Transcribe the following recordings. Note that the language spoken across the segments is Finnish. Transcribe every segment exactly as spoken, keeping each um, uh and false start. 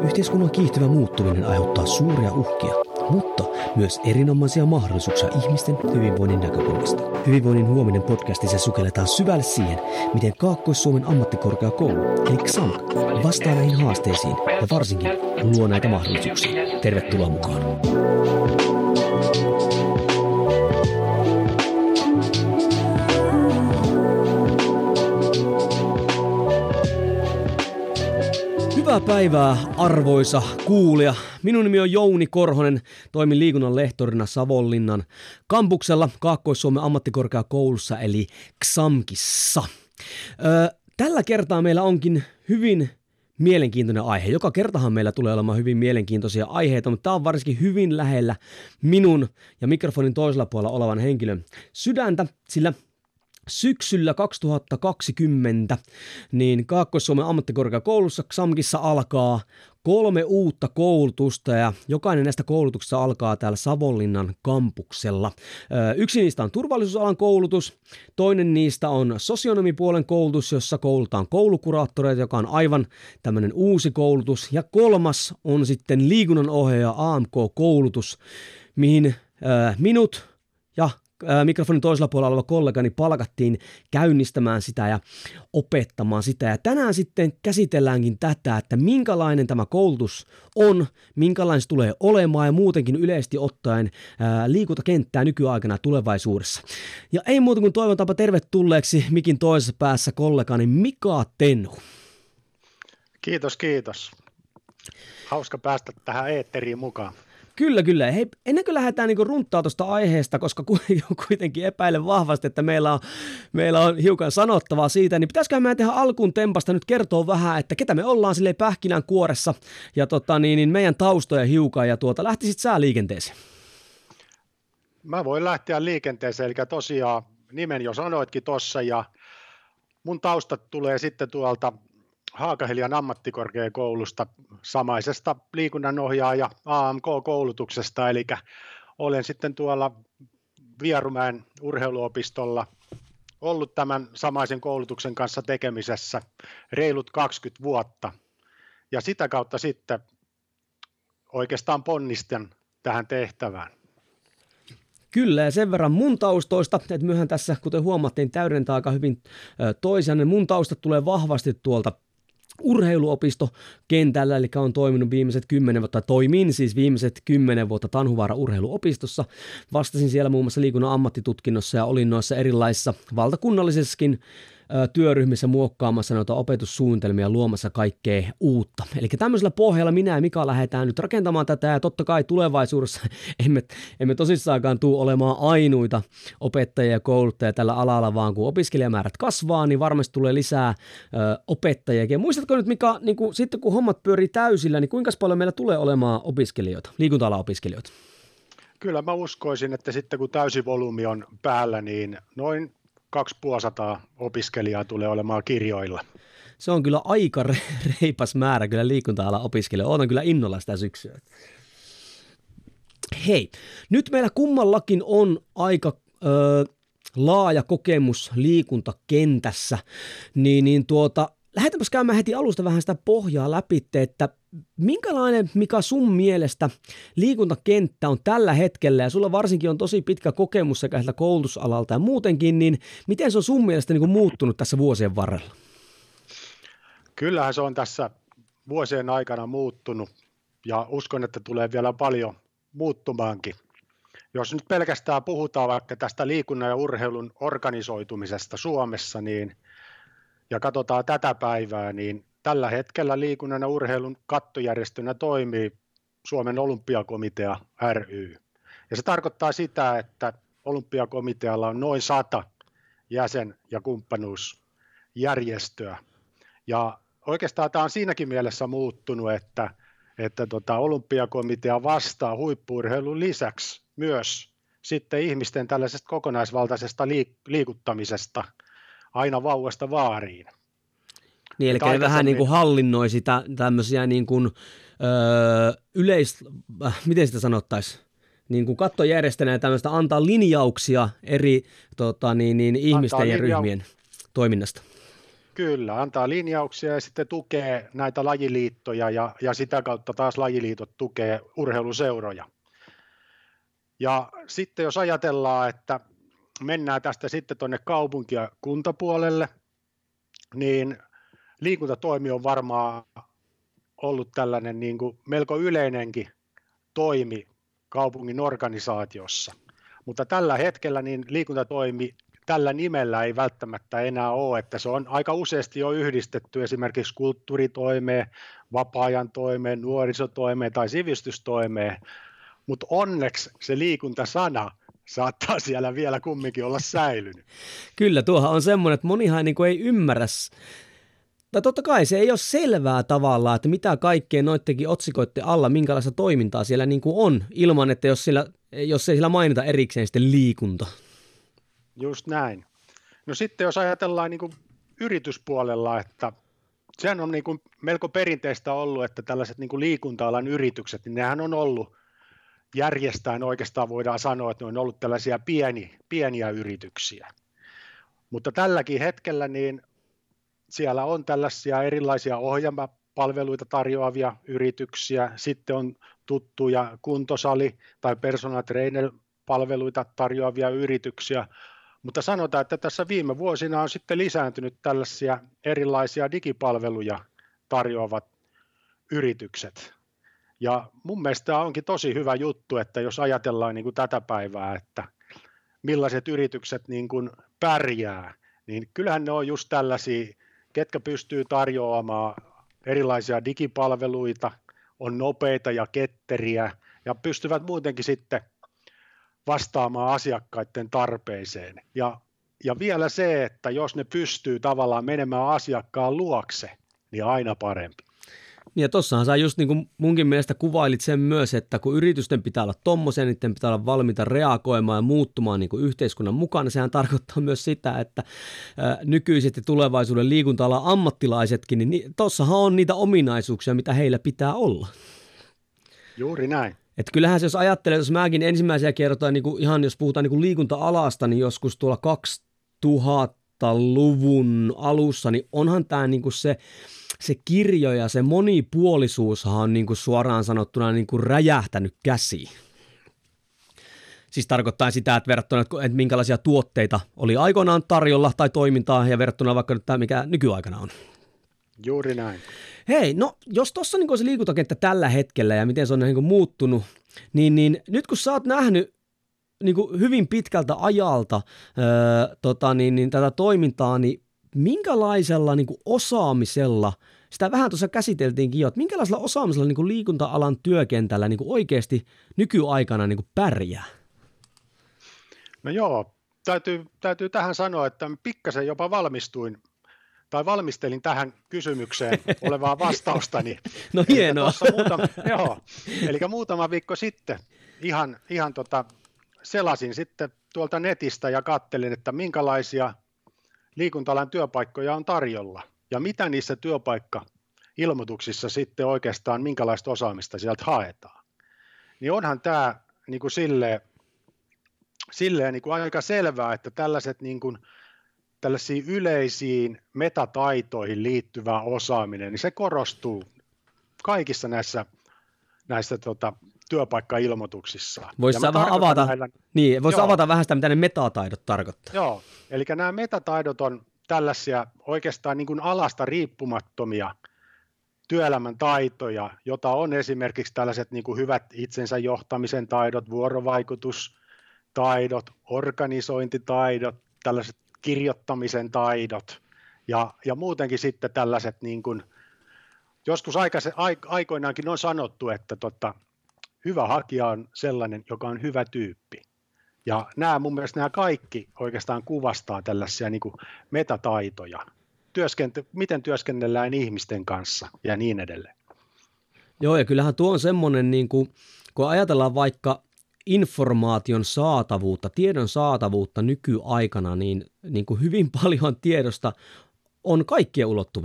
Yhteiskunnan kiihtyvä muuttuminen aiheuttaa suuria uhkia, mutta myös erinomaisia mahdollisuuksia ihmisten hyvinvoinnin näkökulmasta. Hyvinvoinnin huominen podcastissa sukelletaan syvälle siihen, miten Kaakkois-Suomen ammattikorkeakoulu, eli X A M K, vastaa näihin haasteisiin ja varsinkin luo näitä mahdollisuuksia. Tervetuloa mukaan! Hyvää päivää, arvoisa kuulija. Minun nimi on Jouni Korhonen, toimin liikunnan lehtorina Savonlinnan kampuksella Kaakkois-Suomen ammattikorkeakoulussa eli X A M Kissa. Öö, tällä kertaa meillä onkin hyvin mielenkiintoinen aihe. Joka kertahan meillä tulee olemaan hyvin mielenkiintoisia aiheita, mutta tämä on varsinkin hyvin lähellä minun ja mikrofonin toisella puolella olevan henkilön sydäntä, sillä syksyllä kaksituhattakaksikymmentä niin Kaakkois-Suomen ammattikorkeakoulussa X A M Kissa alkaa kolme uutta koulutusta ja jokainen näistä koulutuksista alkaa täällä Savonlinnan kampuksella. Yksi niistä on turvallisuusalan koulutus, toinen niistä on sosionomipuolen koulutus, jossa koulutaan koulukuraattoreita, joka on aivan tämmöinen uusi koulutus, ja kolmas on sitten liikunnanohjaaja A M K-koulutus, mihin minut ja mikrofonin toisella puolella oleva kollegani palkattiin käynnistämään sitä ja opettamaan sitä. Ja tänään sitten käsitelläänkin tätä, että minkälainen tämä koulutus on, minkälainen se tulee olemaan ja muutenkin yleisesti ottaen ää, liikuntakenttää nykyaikana tulevaisuudessa. Ja ei muuta kuin toivotaanpa tervetulleeksi mikin toisessa päässä kollegani Mika Tenhu. Kiitos, kiitos. Hauska päästä tähän eetteriin mukaan. Kyllä, kyllä. Hei, ennen kuin lähdetään niin runttaa tuosta aiheesta, koska kuitenkin epäilen vahvasti, että meillä on, meillä on hiukan sanottavaa siitä, niin pitäisikö meidän tehdä alkuun tempasta nyt kertoa vähän, että ketä me ollaan silleen pähkinän kuoressa ja tota, niin, niin meidän taustoja hiukan ja tuota, lähtisit sä liikenteeseen? Mä voin lähteä liikenteeseen, eli tosiaan nimen jo sanoitkin tuossa ja mun taustat tulee sitten tuolta Haakahelian ammattikorkeakoulusta, samaisesta liikunnanohjaaja A M K-koulutuksesta, eli olen sitten tuolla Vierumäen urheiluopistolla ollut tämän samaisen koulutuksen kanssa tekemisessä reilut kaksikymmentä vuotta, ja sitä kautta sitten oikeastaan ponnistan tähän tehtävään. Kyllä, ja sen verran mun taustoista, että myöhän tässä, kuten huomattiin, täydentää aika hyvin toisiaan. Mun taustat tulee vahvasti tuolta urheiluopistokentällä, eli on toiminut viimeiset kymmenen vuotta, toimin siis viimeiset kymmenen vuotta Tanhuvaara urheiluopistossa. Vastasin siellä muun muassa liikunnan ammattitutkinnossa ja olin noissa erilaisissa valtakunnallisissakin työryhmissä muokkaamassa noita opetussuunnitelmia, luomassa kaikkea uutta. Eli tämmöisellä pohjalla minä ja Mika lähdetään nyt rakentamaan tätä, ja totta kai tulevaisuudessa emme, emme tosissaankaan tule olemaan ainoita opettajia ja kouluttajia tällä alalla, vaan kun opiskelijamäärät kasvaa, niin varmasti tulee lisää ö, opettajiakin. Muistatko nyt, Mika, niin kun, sitten kun hommat pyörii täysillä, niin kuinka paljon meillä tulee olemaan opiskelijoita, liikunta-alan opiskelijoita? Kyllä mä uskoisin, että sitten kun täysi volyymi on päällä, niin noin kaksituhattaviisisataa opiskelijaa tulee olemaan kirjoilla. Se on kyllä aika reipas määrä kyllä liikunta-alan opiskelijoita. Ootan kyllä innolla sitä syksyä. Hei, nyt meillä kummallakin on aika ö, laaja kokemus liikuntakentässä, niin, niin tuota, lähdetäänpäs käymään heti alusta vähän sitä pohjaa läpi, että minkälainen, Mika, sun mielestä liikuntakenttä on tällä hetkellä, ja sulla varsinkin on tosi pitkä kokemus sekä sieltä koulutusalalta ja muutenkin, niin miten se on sun mielestä niin kuin muuttunut tässä vuosien varrella? Kyllähän se on tässä vuosien aikana muuttunut, ja uskon, että tulee vielä paljon muuttumaankin. Jos nyt pelkästään puhutaan vaikka tästä liikunnan ja urheilun organisoitumisesta Suomessa, niin, ja katsotaan tätä päivää, niin tällä hetkellä liikunnan ja urheilun kattojärjestönä toimii Suomen olympiakomitea ry. Ja se tarkoittaa sitä, että olympiakomitealla on noin sata jäsen- ja kumppanuusjärjestöä. Ja oikeastaan tämä on siinäkin mielessä muuttunut, että, että tota, olympiakomitea vastaa huippu-urheilun lisäksi myös sitten ihmisten tällaisesta kokonaisvaltaisesta liik- liikuttamisesta aina vauvasta vaariin. Niin, eli ne vähän niin kuin hallinnoi sitä tämmöisiä niin kuin, öö, yleis... Äh, miten sitä sanottaisiin? Niin kuin kattojärjestönä ja tämmöistä antaa linjauksia eri tota, niin, niin, ihmisten ja ryhmien toiminnasta. Kyllä, antaa linjauksia ja sitten tukee näitä lajiliittoja ja, ja sitä kautta taas lajiliitot tukee urheiluseuroja. Ja sitten jos ajatellaan, että mennään tästä sitten tuonne kaupunki- ja kuntapuolelle, niin liikuntatoimi on varmaan ollut tällainen niin kuin melko yleinenkin toimi kaupungin organisaatiossa. Mutta tällä hetkellä niin liikuntatoimi tällä nimellä ei välttämättä enää ole, että se on aika useasti jo yhdistetty esimerkiksi kulttuuritoimeen, vapaa-ajan toimeen, nuorisotoimeen tai sivistystoimeen, mutta onneksi se liikuntasana saattaa siellä vielä kumminkin olla säilynyt. Kyllä, tuohan on semmoinen, että monihan niin kuin ei ymmärrä, tai totta kai se ei ole selvää tavallaan, että mitä kaikkea noittekin otsikoitte alla, minkälaista toimintaa siellä niin kuin on, ilman että jos, siellä, jos ei sillä mainita erikseen sitten liikunta. Just näin. No sitten jos ajatellaan niin kuin yrityspuolella, että sehän on niin kuin melko perinteistä ollut, että tällaiset niin kuin liikunta-alan yritykset, niin nehän on ollut järjestään oikeastaan voidaan sanoa, että ne on ollut tällaisia pieni, pieniä yrityksiä. Mutta tälläkin hetkellä niin siellä on tällaisia erilaisia ohjelmapalveluita tarjoavia yrityksiä, sitten on tuttuja kuntosali- tai personal trainer-palveluita tarjoavia yrityksiä, mutta sanotaan, että tässä viime vuosina on sitten lisääntynyt tällaisia erilaisia digipalveluja tarjoavat yritykset. Ja mun mielestä tämä onkin tosi hyvä juttu, että jos ajatellaan niin kuin tätä päivää, että millaiset yritykset niin kuin pärjää, niin kyllähän ne on just tällaisia, ketkä pystyy tarjoamaan erilaisia digipalveluita, on nopeita ja ketteriä ja pystyvät muutenkin sitten vastaamaan asiakkaiden tarpeeseen. Ja, ja vielä se, että jos ne pystyy tavallaan menemään asiakkaan luokse, niin aina parempi. Ja tossahan sä just niin kuin munkin mielestä kuvailit sen myös, että kun yritysten pitää olla tommosia, niiden pitää olla valmiita reagoimaan ja muuttumaan niin kuin yhteiskunnan mukana, sehän tarkoittaa myös sitä, että ä, nykyiset ja tulevaisuuden liikunta-alan ammattilaisetkin, niin tossahan on niitä ominaisuuksia, mitä heillä pitää olla. Juuri näin. Että kyllähän se, jos ajattelee, jos mäkin ensimmäisiä kertoja, niin kuin ihan jos puhutaan niin kuin liikunta-alasta, niin joskus tuolla kaksituhattaluvun alussa, niin onhan tämä niin kuin se, se kirjo ja se monipuolisuushan on niin kuin suoraan sanottuna niin kuin räjähtänyt käsiin. Siis tarkoittaa sitä, että verrattuna, että minkälaisia tuotteita oli aikoinaan tarjolla tai toimintaa ja verrattuna vaikka nyt tämä, mikä nykyaikana on. Juuri näin. Hei, no jos tuossa niin se liikuntakenttä tällä hetkellä ja miten se on niin kuin muuttunut, niin, niin nyt kun sä oot nähnyt niin kuin hyvin pitkältä ajalta öö, tota, niin, niin tätä toimintaa, niin minkälaisella niin kuin osaamisella, sitä vähän tuossa käsiteltiinkin jo, että minkälaisella osaamisella niin kuin liikunta-alan työkentällä niin kuin oikeasti nykyaikana niin kuin pärjää? No joo, täytyy, täytyy tähän sanoa, että pikkasen jopa valmistuin tai valmistelin tähän kysymykseen olevaa vastaustani. No hienoa. Muutama, joo, eli muutama viikko sitten ihan, ihan tota, selasin sitten tuolta netistä ja kattelin, että minkälaisia liikunta-alan työpaikkoja on tarjolla ja mitä niissä työpaikka-ilmoituksissa sitten oikeastaan, minkälaista osaamista sieltä haetaan. Niin onhan tämä niin kuin silleen, silleen niin kuin aika selvää, että tällaiset niin kuin tällaisiin yleisiin metataitoihin liittyvä osaaminen, niin se korostuu kaikissa näissä, näissä tota, työpaikka-ilmoituksissa. Voisi avata, näillä, niin, vois avata vähän sitä, mitä ne metataidot tarkoittaa. Joo, eli nämä metataidot on tällaisia oikeastaan niin kuin alasta riippumattomia työelämän taitoja, jota on esimerkiksi tällaiset niin kuin hyvät itsensä johtamisen taidot, vuorovaikutustaidot, organisointitaidot, tällaiset kirjoittamisen taidot ja, ja muutenkin sitten tällaiset, niin kuin, joskus aikaise, aikoinaankin on sanottu, että tota, hyvä hakija on sellainen, joka on hyvä tyyppi. Ja nämä mun mielestä nämä kaikki oikeastaan kuvastaa tällaisia niin kuin metataitoja, Työskente- miten työskennellään ihmisten kanssa ja niin edelleen. Joo, ja kyllähän tuo on semmoinen, niin kuin, kun ajatellaan vaikka informaation saatavuutta, tiedon saatavuutta nykyaikana, niin, niin kuin hyvin paljon tiedosta on kaikkien ulottuvilla.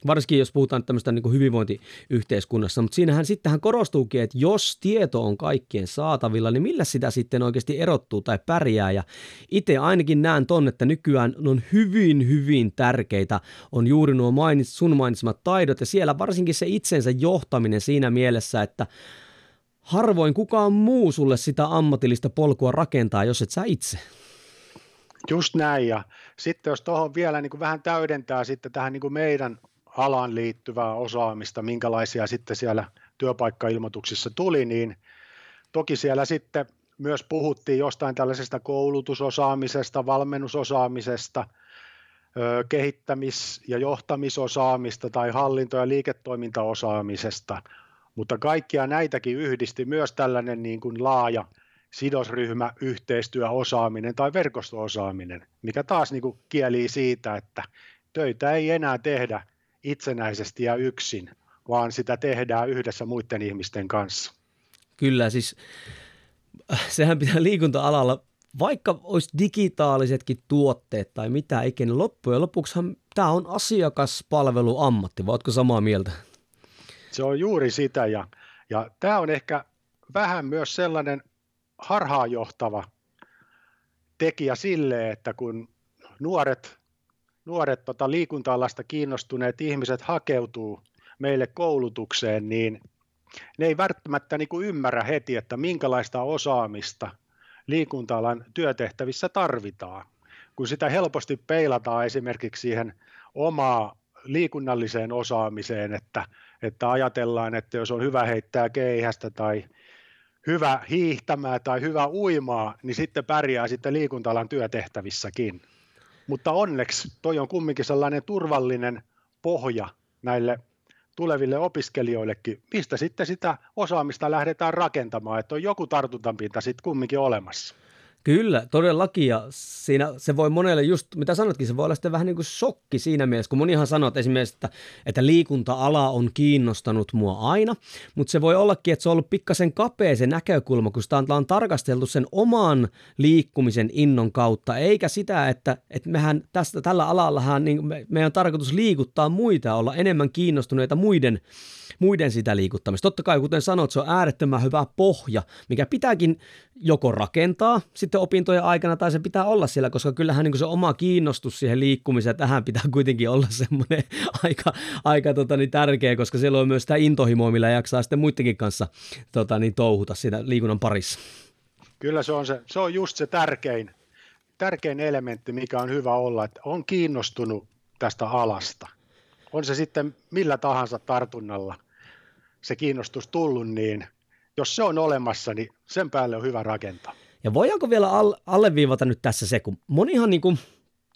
Varsinkin jos puhutaan tämmöistä niin kuin hyvinvointiyhteiskunnassa, mutta siinähän sittenhän korostuukin, että jos tieto on kaikkien saatavilla, niin millä sitä sitten oikeasti erottuu tai pärjää. Ja itse ainakin näen ton, että nykyään on hyvin, hyvin tärkeitä on juuri nuo mainits, sun mainitsemat taidot ja siellä varsinkin se itsensä johtaminen siinä mielessä, että harvoin kukaan muu sulle sitä ammatillista polkua rakentaa, jos et sä itse. Just näin, ja sitten jos tuohon vielä niin kuin vähän täydentää sitten tähän niin kuin meidän alaan liittyvää osaamista, minkälaisia sitten siellä työpaikkailmoituksissa tuli, niin toki siellä sitten myös puhuttiin jostain tällaisesta koulutusosaamisesta, valmennusosaamisesta, kehittämis- ja johtamisosaamista tai hallinto- ja liiketoimintaosaamisesta, mutta kaikkia näitäkin yhdisti myös tällainen niin kuin laaja sidosryhmä, yhteistyöosaaminen tai verkosto-osaaminen, mikä taas niin kuin kielii siitä, että töitä ei enää tehdä itsenäisesti ja yksin, vaan sitä tehdään yhdessä muiden ihmisten kanssa. Kyllä, siis sehän pitää liikunta-alalla, vaikka olisi digitaalisetkin tuotteet tai mitä ikinä, niin loppujen lopuksihan tämä on asiakaspalveluammatti, vai ootko samaa mieltä? Se on juuri sitä, ja, ja tämä on ehkä vähän myös sellainen harhaanjohtava tekijä sille, että kun nuoret, nuoret tota liikunta-alasta kiinnostuneet ihmiset hakeutuu meille koulutukseen, niin ne ei välttämättä niin kuin ymmärrä heti, että minkälaista osaamista liikunta-alan työtehtävissä tarvitaan, kun sitä helposti peilataan esimerkiksi siihen omaa liikunnalliseen osaamiseen, että, että ajatellaan, että jos on hyvä heittää keihästä tai hyvä hiihtämään tai hyvä uimaa, niin sitten pärjää sitten liikunta-alan työtehtävissäkin. Mutta onneksi toi on kumminkin sellainen turvallinen pohja näille tuleville opiskelijoillekin, mistä sitten sitä osaamista lähdetään rakentamaan, että on joku tartuntapinta sitten kumminkin olemassa. Kyllä, todellakin, ja siinä se voi monelle just, mitä sanotkin, se voi olla sitten vähän niin kuin shokki siinä mielessä, kun monihan sanoo että esimerkiksi, että, että liikunta-ala on kiinnostanut mua aina, mutta se voi ollakin, että se on ollut pikkasen kapea se näkökulma, kun sitä on tarkasteltu sen oman liikkumisen innon kautta, eikä sitä, että, että mehän tästä, tällä alallahan niin me, meidän on tarkoitus liikuttaa muita ja olla enemmän kiinnostuneita muiden muiden sitä liikuttamista. Totta kai, kuten sanoit, se on äärettömän hyvä pohja, mikä pitääkin joko rakentaa sitten opintojen aikana, tai se pitää olla siellä, koska kyllähän niin se oma kiinnostus siihen liikkumiseen, tähän pitää kuitenkin olla semmoinen aika, aika tota, niin tärkeä, koska siellä on myös sitä intohimoa, millä jaksaa sitten muidenkin kanssa tota, niin touhuta siinä liikunnan parissa. Kyllä se on, se, se on just se tärkein, tärkein elementti, mikä on hyvä olla, että on kiinnostunut tästä alasta. On se sitten millä tahansa tartunnalla se kiinnostus tullut, niin jos se on olemassa, niin sen päälle on hyvä rakentaa. Ja voidaanko vielä alleviivata nyt tässä se, kun monihan niin kuin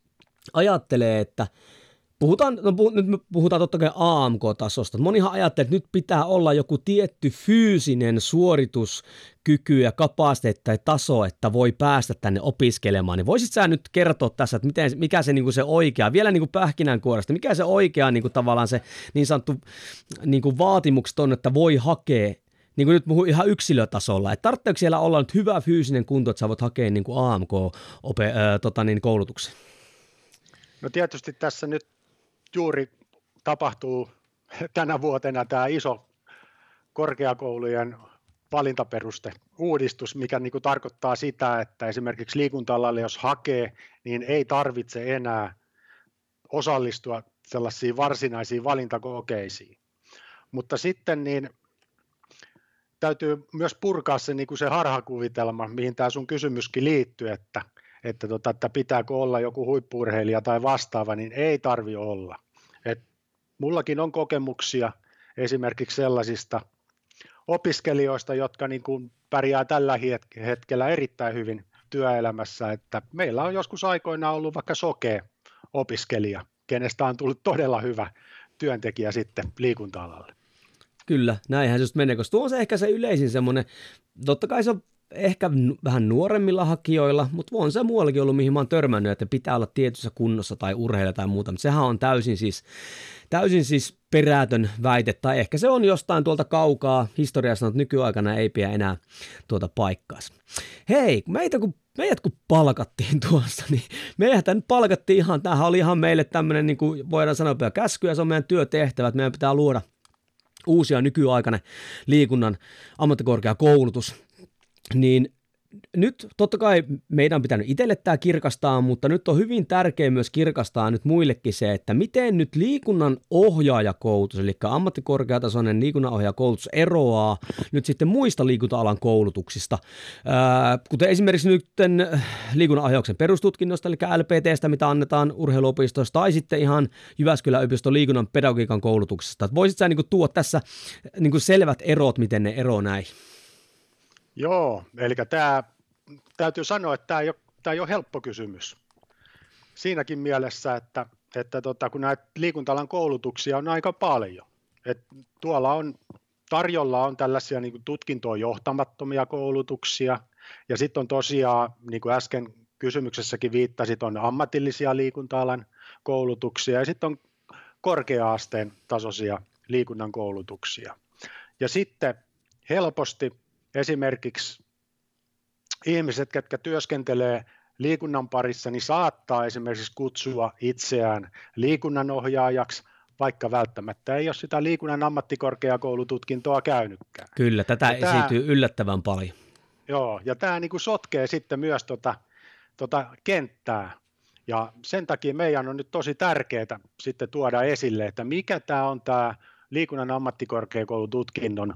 ajattelee, että puhutaan, no puh, nyt me puhutaan totta kai A M K-tasosta, monihan ajattelee, että nyt pitää olla joku tietty fyysinen suorituskyky ja kapasiteetti tai taso, että voi päästä tänne opiskelemaan, niin voisit sä nyt kertoa tässä, että miten, mikä se, niin kuin se oikea, vielä niin kuin pähkinänkuoresta, mikä se oikea niin kuin tavallaan se niin sanottu niin kuin vaatimukset on, että voi hakea, niin kuin nyt puhun ihan yksilötasolla, että tarvitseeko siellä olla nyt hyvä fyysinen kunto, että sä voit hakea niin kuin A M K-koulutuksen? No tietysti tässä nyt juuri tapahtuu tänä vuotena tämä iso korkeakoulujen valintaperuste-uudistus, mikä niin kuin tarkoittaa sitä, että esimerkiksi liikunta-alalle jos hakee, niin ei tarvitse enää osallistua sellaisiin varsinaisiin valintakokeisiin. Mutta sitten niin täytyy myös purkaa se, niin kuin se harhakuvitelma, mihin tämä sun kysymyskin liittyy, että Että, tota, että pitääkö olla joku huippu-urheilija tai vastaava, niin ei tarvi olla. Et mullakin on kokemuksia esimerkiksi sellaisista opiskelijoista, jotka niin kuin pärjää tällä hetkellä erittäin hyvin työelämässä, että meillä on joskus aikoinaan ollut vaikka sokea opiskelija, kenestä on tullut todella hyvä työntekijä sitten liikunta-alalle. Kyllä, näinhän se just menee, koska tuo on se ehkä se yleisin semmoinen, totta kai se on ehkä vähän nuoremmilla hakijoilla, mutta on se muuallakin ollut, mihin mä oon törmännyt, että pitää olla tietyssä kunnossa tai urheilija tai muuta, mutta sehän on täysin siis, täysin siis perätön väite, tai ehkä se on jostain tuolta kaukaa historiassa, että nykyaikana ei pidä enää tuota paikkaansa. Hei, meitä kun meidät kun palkattiin tuossa, niin meidät nyt palkattiin ihan, tämähän oli ihan meille tämmöinen, niin kuin voidaan sanoa, käsky, ja se on meidän työtehtävä, että meidän pitää luoda uusia nykyaikainen liikunnan ammattikorkeakoulutus, niin nyt totta kai meidän on pitänyt itselle tämä kirkastaa, mutta nyt on hyvin tärkeää myös kirkastaa nyt muillekin se, että miten nyt liikunnan ohjaajakoulutus, eli ammattikorkeatasoinen liikunnan ohjaajakoulutus eroaa nyt sitten muista liikunta-alan koulutuksista, Ää, kuten esimerkiksi nyt liikunnan ohjauksen perustutkinnosta, eli L P T:stä, mitä annetaan urheiluopistosta, tai sitten ihan Jyväskylän yliopiston liikunnan pedagogiikan koulutuksesta. Voisitko sä niin kuin tuoda tässä niin kuin selvät erot, miten ne eroavat näihin? Joo, eli tämä, täytyy sanoa, että tämä ei ole, tämä ei ole helppo kysymys. Siinäkin mielessä, että, että tota, kun näitä liikunta-alan koulutuksia on aika paljon. Et tuolla on, tarjolla on tällaisia niin kuin tutkintoon johtamattomia koulutuksia, ja sitten on tosiaan, niin kuin äsken kysymyksessäkin viittasit, on ammatillisia liikunta-alan koulutuksia, ja sitten on korkea-asteen tasoisia liikunnan koulutuksia. Ja sitten helposti esimerkiksi ihmiset, jotka työskentelee liikunnan parissa, niin saattaa esimerkiksi kutsua itseään liikunnanohjaajaksi, vaikka välttämättä ei ole sitä liikunnan ammattikorkeakoulututkintoa käynytkään. Kyllä, tätä ja esiintyy tämä, yllättävän paljon. Joo, ja tämä niin kuin sotkee sitten myös tota, tota kenttää, ja sen takia meidän on nyt tosi tärkeää sitten tuoda esille, että mikä tämä on tämä liikunnan ammattikorkeakoulututkinnon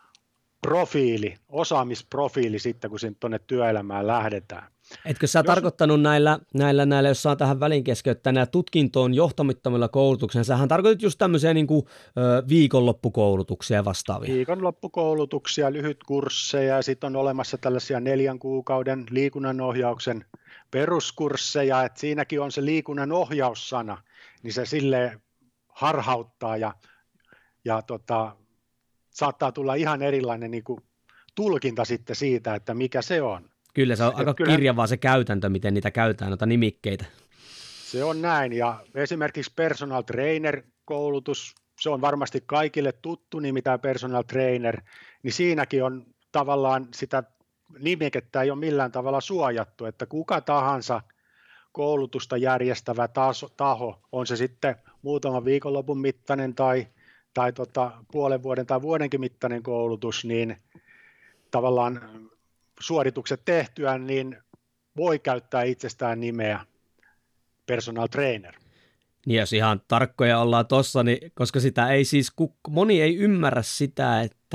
profiili, osaamisprofiili sitten, kun sinne tuonne työelämään lähdetään. Etkö sä jos... tarkoittanut näillä, näillä, näillä, jos saa tähän väliin keskeyttää, nämä tutkintoon johtamattomilla koulutuksilla, sähän tarkoitit just tämmöisiä niin kuin, ö, viikonloppukoulutuksia ja vastaavia. Viikonloppukoulutuksia, lyhytkursseja, ja sitten on olemassa tällaisia neljän kuukauden liikunnanohjauksen peruskursseja, että siinäkin on se liikunnan ohjaussana, niin se silleen harhauttaa ja, ja tota, saattaa tulla ihan erilainen niin kuin tulkinta sitten siitä, että mikä se on. Kyllä se on aika kyllä, kirjavaa se käytäntö, miten niitä käytetään, noita nimikkeitä. Se on näin, ja esimerkiksi personal trainer-koulutus, se on varmasti kaikille tuttu nimi, tämä personal trainer, niin siinäkin on tavallaan sitä nimikettä ei ole millään tavalla suojattu, että kuka tahansa koulutusta järjestävä taso, taho, on se sitten muutaman viikonlopun mittainen tai tai tota, puolen vuoden tai vuodenkin mittainen koulutus, niin tavallaan suoritukset tehtyä, niin voi käyttää itsestään nimeä personal trainer. Niin jos ihan tarkkoja ollaan tossa, niin koska sitä ei siis, moni ei ymmärrä sitä, että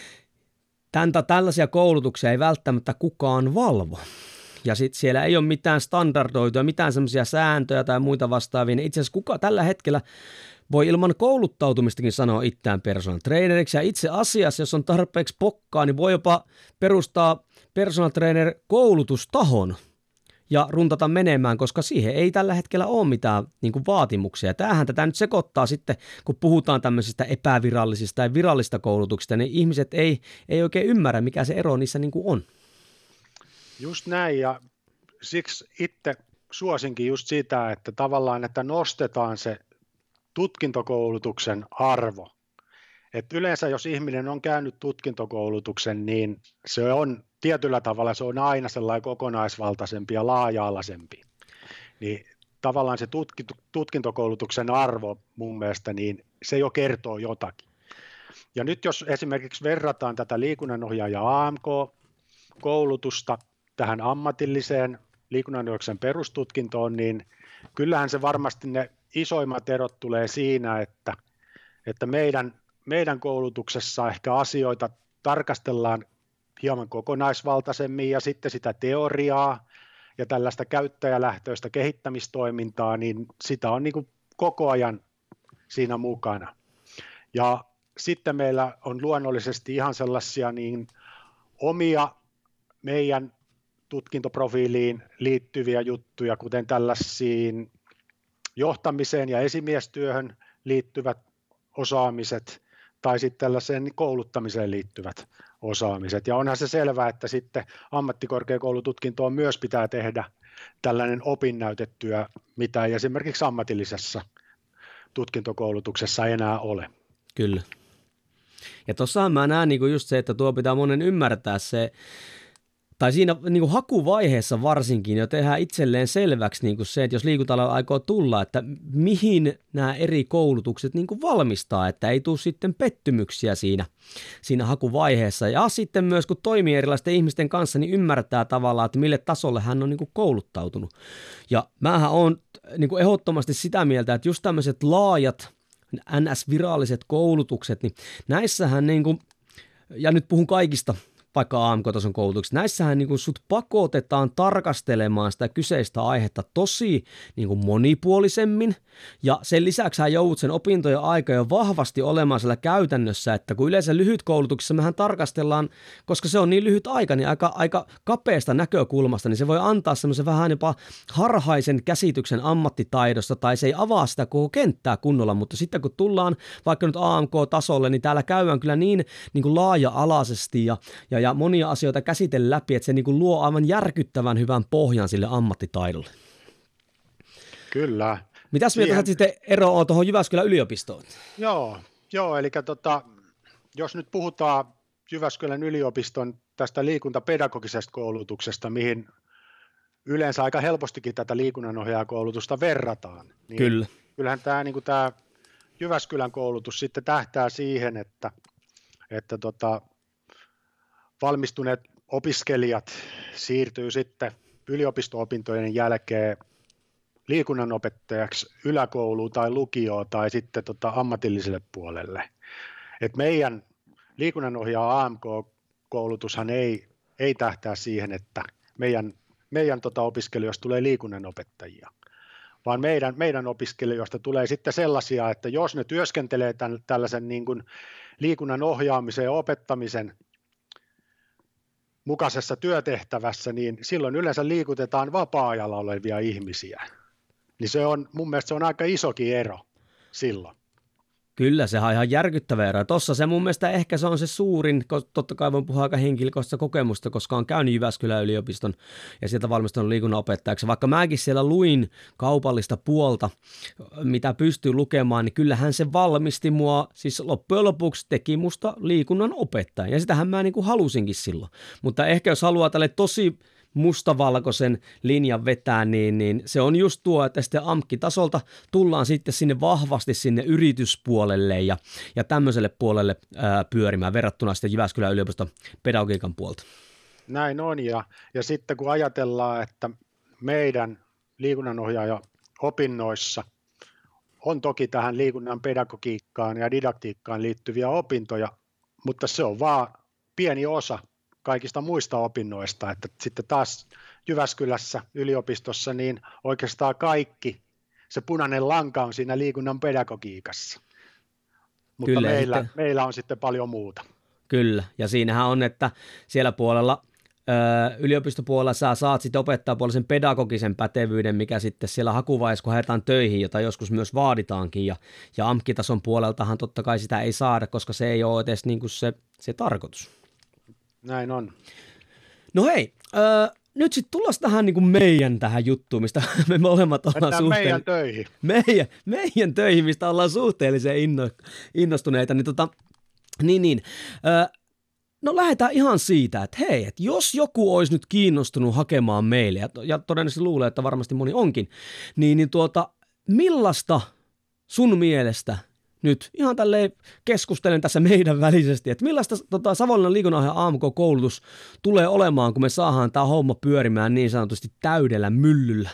täntä, tällaisia koulutuksia ei välttämättä kukaan valvo. Ja sitten siellä ei ole mitään standardoituja, mitään semmoisia sääntöjä tai muita vastaavia. Itse asiassa kuka tällä hetkellä voi ilman kouluttautumistakin sanoa itseään personal traineriksi, ja itse asiassa, jos on tarpeeksi pokkaa, niin voi jopa perustaa personal trainer koulutustahon ja runtata menemään, koska siihen ei tällä hetkellä ole mitään niin kuin vaatimuksia. Tämähän tätä nyt sekoittaa sitten, kun puhutaan tämmöisistä epävirallisista tai virallista koulutuksista, niin ihmiset ei, ei oikein ymmärrä, mikä se ero niissä niin kuin on. Just näin, ja siksi itse suosinkin just sitä, että tavallaan, että nostetaan se tutkintokoulutuksen arvo. Et yleensä jos ihminen on käynyt tutkintokoulutuksen, niin se on tietyllä tavalla se on aina sellainen kokonaisvaltaisempi ja laaja-alaisempi. Niin tavallaan se tutkintokoulutuksen arvo mun mielestä, niin se jo kertoo jotakin. Ja nyt jos esimerkiksi verrataan tätä liikunnanohjaaja A M K-koulutusta tähän ammatilliseen liikunnanohjauksen perustutkintoon, niin kyllähän se varmasti ne isoimmat erot tulee siinä, että, että meidän, meidän koulutuksessa ehkä asioita tarkastellaan hieman kokonaisvaltaisemmin ja sitten sitä teoriaa ja tällaista käyttäjälähtöistä kehittämistoimintaa, niin sitä on niin kuin koko ajan siinä mukana. Ja sitten meillä on luonnollisesti ihan sellaisia niin omia meidän tutkintoprofiiliin liittyviä juttuja, kuten tällaisiin johtamiseen ja esimiestyöhön liittyvät osaamiset tai sitten tällaiseen kouluttamiseen liittyvät osaamiset. Ja onhan se selvää, että sitten ammattikorkeakoulututkintoon myös pitää tehdä tällainen opinnäytetyö, mitä ei esimerkiksi ammatillisessa tutkintokoulutuksessa enää ole. Kyllä. Ja tuossahan mä näen niin just se, että tuo pitää monen ymmärtää se, tai siinä niin kuin hakuvaiheessa varsinkin jo tehdään itselleen selväksi niin kuin se, että jos liikunta aikoo tulla, että mihin nämä eri koulutukset niin kuin valmistaa, että ei tule sitten pettymyksiä siinä, siinä hakuvaiheessa. Ja sitten myös kun toimii erilaisten ihmisten kanssa, niin ymmärtää tavallaan, että mille tasolle hän on niin kuin kouluttautunut. Ja mähän on niin kuin ehdottomasti sitä mieltä, että just tämmöiset laajat N S-viralliset koulutukset, niin näissähän niin kuin, ja nyt puhun kaikista vaikka A M K-tason koulutuksessa, näissähän niin kuin sut pakotetaan tarkastelemaan sitä kyseistä aihetta tosi niin kuin monipuolisemmin, ja sen lisäksi hän joudut sen opintojen aika jo vahvasti olemaan siellä käytännössä, että kun yleensä lyhyt koulutuksessa mehän tarkastellaan, koska se on niin lyhyt aika, niin aika, aika kapeasta näkökulmasta, niin se voi antaa semmoisen vähän jopa harhaisen käsityksen ammattitaidosta, tai se ei avaa sitä koko kenttää kunnolla, mutta sitten kun tullaan vaikka nyt A M K-tasolle, niin täällä käydään kyllä niin, niin kuin laaja-alaisesti ja, ja ja monia asioita käsitellä läpi, että se niin kuin luo aivan järkyttävän hyvän pohjan sille ammattitaidolle. Kyllä. Mitäs mieltä Siihen... sitten ero on tuohon Jyväskylän yliopistoon? Joo, joo eli tota, jos nyt puhutaan Jyväskylän yliopiston tästä liikuntapedagogisesta koulutuksesta, mihin yleensä aika helpostikin tätä liikunnanohjaajakoulutusta verrataan, niin Kyllä. kyllähän tämä, niin kuin tämä Jyväskylän koulutus sitten tähtää siihen, että, että tota, valmistuneet opiskelijat siirtyy sitten yliopisto-opintojen jälkeen liikunnanopettajaksi yläkouluun tai lukioon tai sitten tota ammatilliselle puolelle. Et meidän liikunnanohjaaja A M K-koulutushan ei, ei tähtää siihen, että meidän, meidän tota opiskelijoista tulee liikunnanopettajia, vaan meidän, meidän opiskelijoista tulee sitten sellaisia, että jos ne työskentelee tämän, tällaisen niin kuin liikunnan ohjaamisen ja opettamisen mukaisessa työtehtävässä, niin silloin yleensä liikutetaan vapaa-ajalla olevia ihmisiä. Niin se on, mun mielestä se on aika isokin ero silloin. Kyllä, se on ihan järkyttävä ero. Tuossa se mun mielestä ehkä se on se suurin, totta kai voin puhua aika henkilökohtaisesta kokemusta, koska on käynyt Jyväskylän yliopiston ja sieltä valmistunut liikunnanopettajaksi. Vaikka mäkin siellä luin kaupallista puolta, mitä pystyy lukemaan, niin kyllähän se valmisti mua, siis loppujen lopuksi teki musta liikunnan opettaja. Ja sitähän mä niin kuin halusinkin silloin. Mutta ehkä jos haluaa tälle tosi mustavalkoisen linjan vetää, niin, niin se on just tuo, että sitten A M K-tasolta tullaan sitten sinne vahvasti sinne yrityspuolelle ja, ja tämmöiselle puolelle ää, pyörimään verrattuna sitten Jyväskylän yliopiston pedagogiikan puolta. Näin on, ja, ja sitten kun ajatellaan, että meidän liikunnanohjaaja opinnoissa on toki tähän liikunnan pedagogiikkaan ja didaktiikkaan liittyviä opintoja, mutta se on vaan pieni osa kaikista muista opinnoista, että sitten taas Jyväskylässä yliopistossa niin oikeastaan kaikki, se punainen lanka on siinä liikunnan pedagogiikassa, mutta Kyllä, meillä, sitten, meillä on sitten paljon muuta. Kyllä, ja siinähän on, että siellä puolella, ö, yliopistopuolella sä saat sitten opettajapuolisen pedagogisen pätevyyden, mikä sitten siellä hakuvaiheessa, kun haetaan töihin, jota joskus myös vaaditaankin, ja, ja A M K-tason puoleltahan totta kai sitä ei saada, koska se ei ole edes niin kuin se, se tarkoitus. Näin on. No hei, äh, nyt sitten tullaan tähän niin kuin meidän tähän juttuun, mistä me molemmat ollaan suhteellisen... meidän töihin. Meidän, meidän töihin, mistä ollaan suhteellisen inno, innostuneita. Niin, tota, niin, niin. Äh, no lähdetään ihan siitä, että hei, että jos joku olisi nyt kiinnostunut hakemaan meille, ja, ja todennäköisesti luulee, että varmasti moni onkin, niin, niin tuota, millaista sun mielestä... Nyt ihan tälleen keskustelen tässä meidän välisesti, että millaista tota, Savonlinnan liikunnanohjaaja A M K-koulutus tulee olemaan, kun me saadaan tämä homma pyörimään niin sanotusti täydellä myllyllä?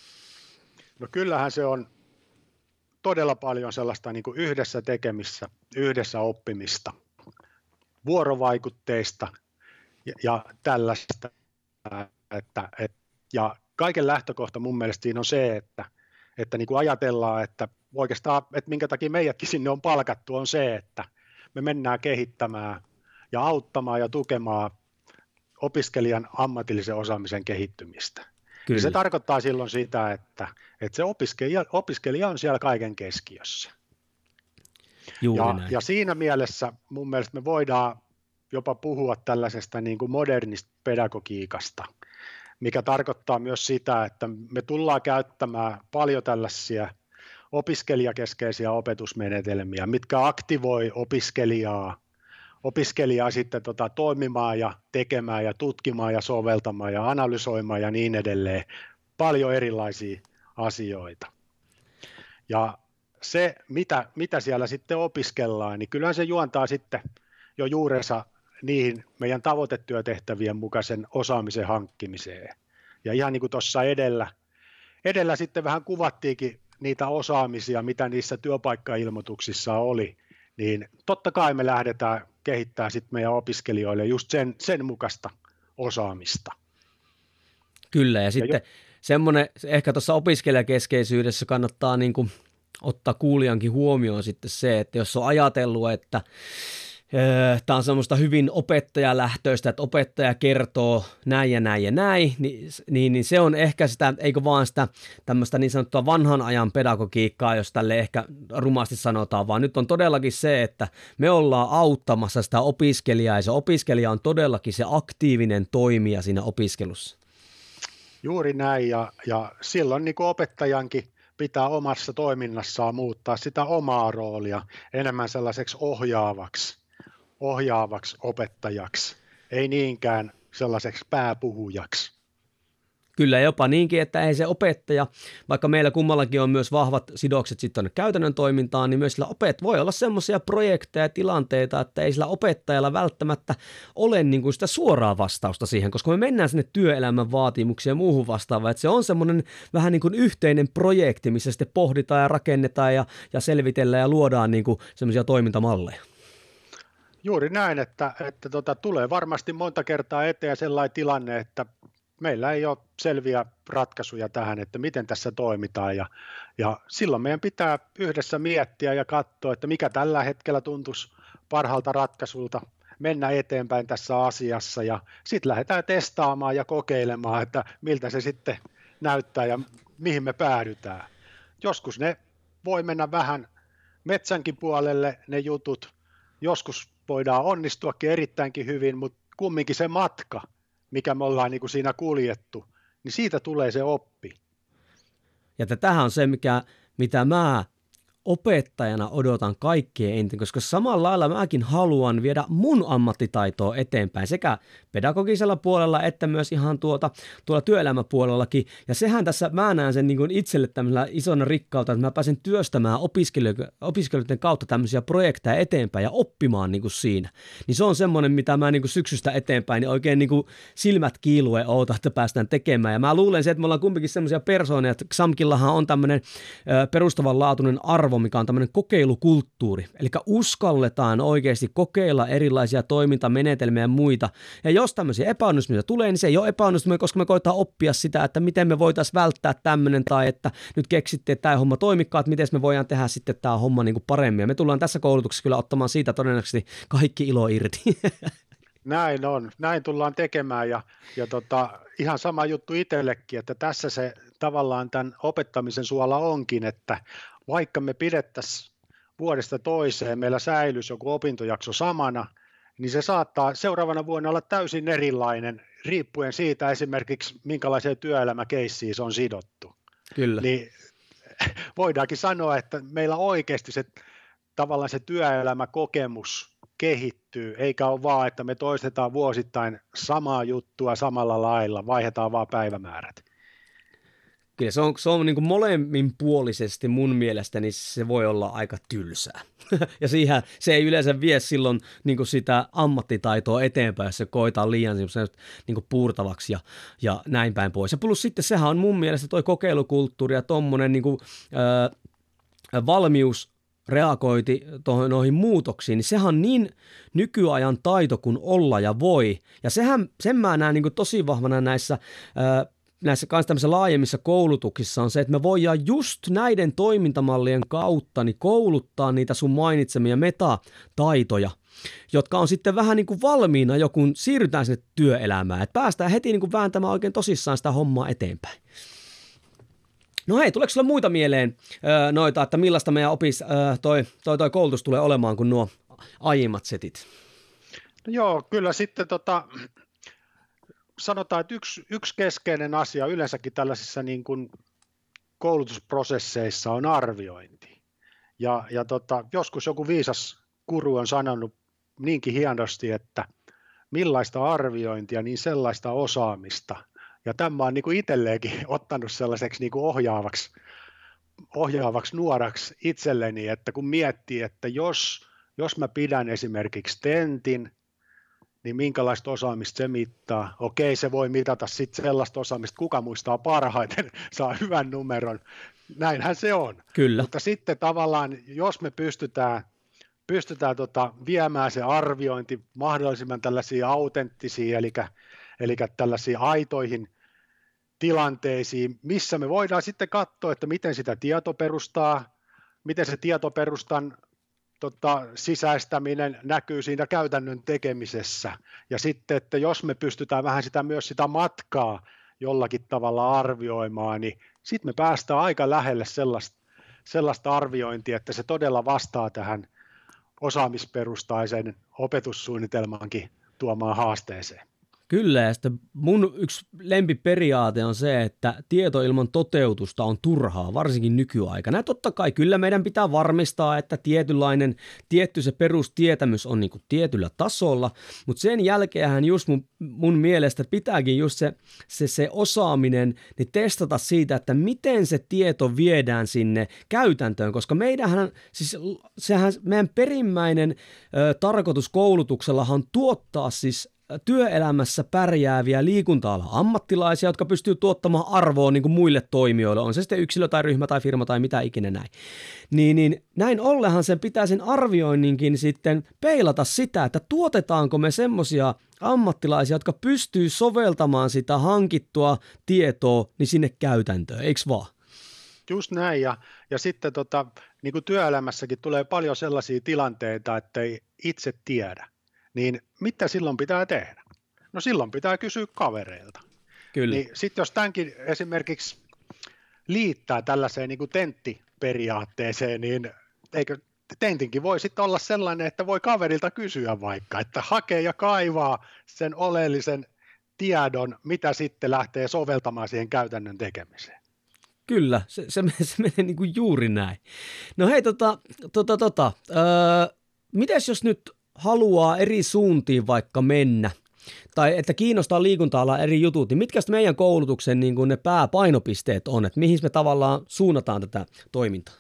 No kyllähän se on todella paljon sellaista niin kuin yhdessä tekemistä, yhdessä oppimista, vuorovaikutteista ja, ja tällaista. Että, et, ja kaiken lähtökohta mun mielestä siinä on se, että, että niin kuin ajatellaan, että oikeastaan, että minkä takia meidätkin sinne on palkattu, on se, että me mennään kehittämään ja auttamaan ja tukemaan opiskelijan ammatillisen osaamisen kehittymistä. Ja se tarkoittaa silloin sitä, että, että se opiskelija, opiskelija on siellä kaiken keskiössä. Ja, ja siinä mielessä mun mielestä me voidaan jopa puhua tällaisesta niin kuin modernista pedagogiikasta, mikä tarkoittaa myös sitä, että me tullaan käyttämään paljon tällaisia opiskelijakeskeisiä opetusmenetelmiä, mitkä aktivoi opiskelijaa opiskelijaa sitten tota, toimimaan ja tekemään ja tutkimaan ja soveltamaan ja analysoimaan ja niin edelleen. Paljon erilaisia asioita. Ja se, mitä, mitä siellä sitten opiskellaan, niin kyllähän se juontaa sitten jo juurensa niihin meidän tavoitetyötehtävien mukaisen osaamisen hankkimiseen. Ja ihan niin kuin tuossa edellä, edellä sitten vähän kuvattiinkin niitä osaamisia, mitä niissä työpaikkailmoituksissa oli, niin totta kai me lähdetään kehittämään sitten meidän opiskelijoille just sen, sen mukaista osaamista. Kyllä, ja sitten ja jo... semmoinen, ehkä tuossa opiskelijakeskeisyydessä kannattaa niin kuin ottaa kuulijankin huomioon sitten se, että jos on ajatellut, että tämä on semmoista hyvin opettajalähtöistä, että opettaja kertoo näin ja näin ja näin, niin, niin, niin se on ehkä sitä, eikö vaan sitä tämmöistä niin sanottua vanhan ajan pedagogiikkaa, jos tälle ehkä rumasti sanotaan, vaan nyt on todellakin se, että me ollaan auttamassa sitä opiskelijaa, ja se opiskelija on todellakin se aktiivinen toimija siinä opiskelussa. Juuri näin, ja, ja silloin niin kuin opettajankin pitää omassa toiminnassaan muuttaa sitä omaa roolia enemmän sellaiseksi ohjaavaksi, ohjaavaksi opettajaksi, ei niinkään sellaiseksi pääpuhujaksi. Kyllä jopa niinkin, että ei se opettaja, vaikka meillä kummallakin on myös vahvat sidokset sitten tuonne käytännön toimintaan, niin myös sillä opet voi olla semmoisia projekteja ja tilanteita, että ei sillä opettajalla välttämättä ole niin kuin sitä suoraa vastausta siihen, koska me mennään sinne työelämän vaatimuksiin ja muuhun vastaavaan, että se on semmoinen vähän niin kuin yhteinen projekti, missä sitten pohditaan ja rakennetaan ja, ja selvitellään ja luodaan niin kuin semmoisia toimintamalleja. Juuri näin, että, että tota, tulee varmasti monta kertaa eteen sellainen tilanne, että meillä ei ole selviä ratkaisuja tähän, että miten tässä toimitaan, ja, ja silloin meidän pitää yhdessä miettiä ja katsoa, että mikä tällä hetkellä tuntuisi parhaalta ratkaisulta mennä eteenpäin tässä asiassa, ja sitten lähdetään testaamaan ja kokeilemaan, että miltä se sitten näyttää ja mihin me päädytään. Joskus ne voi mennä vähän metsänkin puolelle ne jutut, joskus voidaan onnistuakin erittäinkin hyvin, mutta kumminkin se matka, mikä me ollaan niin kuin siinä kuljettu, niin siitä tulee se oppi. Ja tämähän on se, mikä, mitä mä opettajana odotan kaikkien eniten, koska samalla lailla mäkin haluan viedä mun ammattitaitoa eteenpäin sekä pedagogisella puolella että myös ihan tuota, tuolla työelämäpuolellakin. Ja sehän tässä mä näen sen niin kuin itselle tämmöisellä isona rikkautta, että mä pääsen työstämään opiskelijoiden kautta tämmöisiä projekteja eteenpäin ja oppimaan niin kuin siinä. Niin se on semmoinen, mitä mä niin kuin syksystä eteenpäin niin oikein niin kuin silmät kiiluen oota, että päästään tekemään. Ja mä luulen se, että me ollaan kumpikin semmoisia persoonia, että XAMKillahan on tämmöinen perustavanlaatuinen arvo, mikä on tämmöinen kokeilukulttuuri. Eli uskalletaan oikeasti kokeilla erilaisia toimintamenetelmiä ja muita. Ja jos tämmöisiä epäonnistumisia tulee, niin se ei ole epäonnistumisia, koska me koetaan oppia sitä, että miten me voitaisiin välttää tämmöinen, tai että nyt keksittiin, että tämä homma toimikaan, että miten me voidaan tehdä sitten tämä homma niin kuin paremmin. Ja me tullaan tässä koulutuksessa kyllä ottamaan siitä todennäköisesti kaikki ilo irti. Näin on, näin tullaan tekemään, ja, ja tota, ihan sama juttu itsellekin, että tässä se tavallaan tämän opettamisen suola onkin, että vaikka me pidettäisiin vuodesta toiseen, meillä säilyisi joku opintojakso samana, niin se saattaa seuraavana vuonna olla täysin erilainen, riippuen siitä esimerkiksi, minkälaiseen työelämäkeissiin se on sidottu. Kyllä. Niin voidaankin sanoa, että meillä oikeasti se tavallaan se työelämäkokemus kehittyy, eikä ole vaan, että me toistetaan vuosittain samaa juttua samalla lailla, vaihdetaan vaan päivämäärät. Kyllä se on, se on niin kuin molemminpuolisesti mun mielestä, niin se voi olla aika tylsää. Ja siihen se ei yleensä vie silloin niin kuin sitä ammattitaitoa eteenpäin, jos se koetaan liian niin kuin puurtavaksi ja, ja näin päin pois. Ja plus sitten sehän on mun mielestä toi kokeilukulttuuri ja tommonen niin kuin, äh, valmius reagoiti tuohon noihin muutoksiin, niin sehän on niin nykyajan taito kuin olla ja voi. Ja sehän, sen mä näen niin kuin tosi vahvana näissä äh, näissä kanssa tämmöisissä laajemmissa koulutuksissa on se, että me voidaan just näiden toimintamallien kautta niin kouluttaa niitä sun mainitsemia metataitoja, jotka on sitten vähän niin kuin valmiina jo, kun siirrytään sinne työelämään, että päästään heti niin kuin vääntämään oikein tosissaan sitä hommaa eteenpäin. No hei, tuleeko sulla muita mieleen öö, noita, että millaista meidän opis, öö, toi, toi, toi koulutus tulee olemaan kuin nuo aiemmat setit? No joo, kyllä sitten tota... sanotaan, että yksi, yksi keskeinen asia yleensäkin tällaisissa niin kuin koulutusprosesseissa on arviointi. Ja, ja tota, joskus joku viisas guru on sanonut niinkin hienosti, että millaista arviointia, niin sellaista osaamista. Ja tämä on niin kuin itselleenkin ottanut sellaiseksi niin kuin ohjaavaksi, ohjaavaksi nuoraksi itselleni, että kun miettii, että jos, jos mä pidän esimerkiksi tentin, niin minkälaista osaamista se mittaa? Okei, se voi mitata sitten sellaista osaamista, kuka muistaa parhaiten, saa hyvän numeron. Näinhän se on. Kyllä. Mutta sitten tavallaan, jos me pystytään, pystytään tota viemään se arviointi mahdollisimman tällaisiin autenttisiin, eli, eli tällaisiin aitoihin tilanteisiin, missä me voidaan sitten katsoa, että miten sitä tietoperustaa, miten se tietoperustan tota, sisäistäminen näkyy siinä käytännön tekemisessä. Ja sitten, että jos me pystytään vähän sitä myös sitä matkaa jollakin tavalla arvioimaan, niin sitten me päästään aika lähelle sellaista, sellaista arviointia, että se todella vastaa tähän osaamisperustaisen opetussuunnitelmankin tuomaan haasteeseen. Kyllä, ja sitten mun yksi lempiperiaate on se, että tieto ilman toteutusta on turhaa, varsinkin nykyaikana. Ja totta kai kyllä meidän pitää varmistaa, että tietynlainen, tietty se perustietämys on niin kuin tietyllä tasolla, mutta sen jälkeenhän just mun, mun mielestä pitääkin just se, se, se osaaminen niin testata siitä, että miten se tieto viedään sinne käytäntöön, koska meidänhän, siis sehän meidän perimmäinen ö, tarkoitus koulutuksellahan tuottaa siis työelämässä pärjääviä liikunta-alan ammattilaisia, jotka pystyy tuottamaan arvoa niin kuin muille toimijoille, on se sitten yksilö tai ryhmä tai firma tai mitä ikinä näin. Niin, niin näin ollenhan sen pitää sen arvioinninkin sitten peilata sitä, että tuotetaanko me semmoisia ammattilaisia, jotka pystyy soveltamaan sitä hankittua tietoa niin sinne käytäntöön, eikö vaan? Just näin, ja, ja sitten tota, niin kuin työelämässäkin tulee paljon sellaisia tilanteita, että ei itse tiedä. Niin mitä silloin pitää tehdä? No silloin pitää kysyä kavereilta. Kyllä. Niin sitten jos tämänkin esimerkiksi liittää tällaiseen niin kuin tenttiperiaatteeseen, niin eikö tentinkin voi sitten olla sellainen, että voi kaverilta kysyä vaikka, että hakee ja kaivaa sen oleellisen tiedon, mitä sitten lähtee soveltamaan siihen käytännön tekemiseen. Kyllä, se, se, se menee niin kuin juuri näin. No hei, tota, tota, tota, öö, mites jos nyt haluaa eri suuntiin vaikka mennä, tai että kiinnostaa liikunta-alaa eri jutut, niin mitkä meidän koulutuksen niin kuin ne pääpainopisteet on, että mihin me tavallaan suunnataan tätä toimintaa?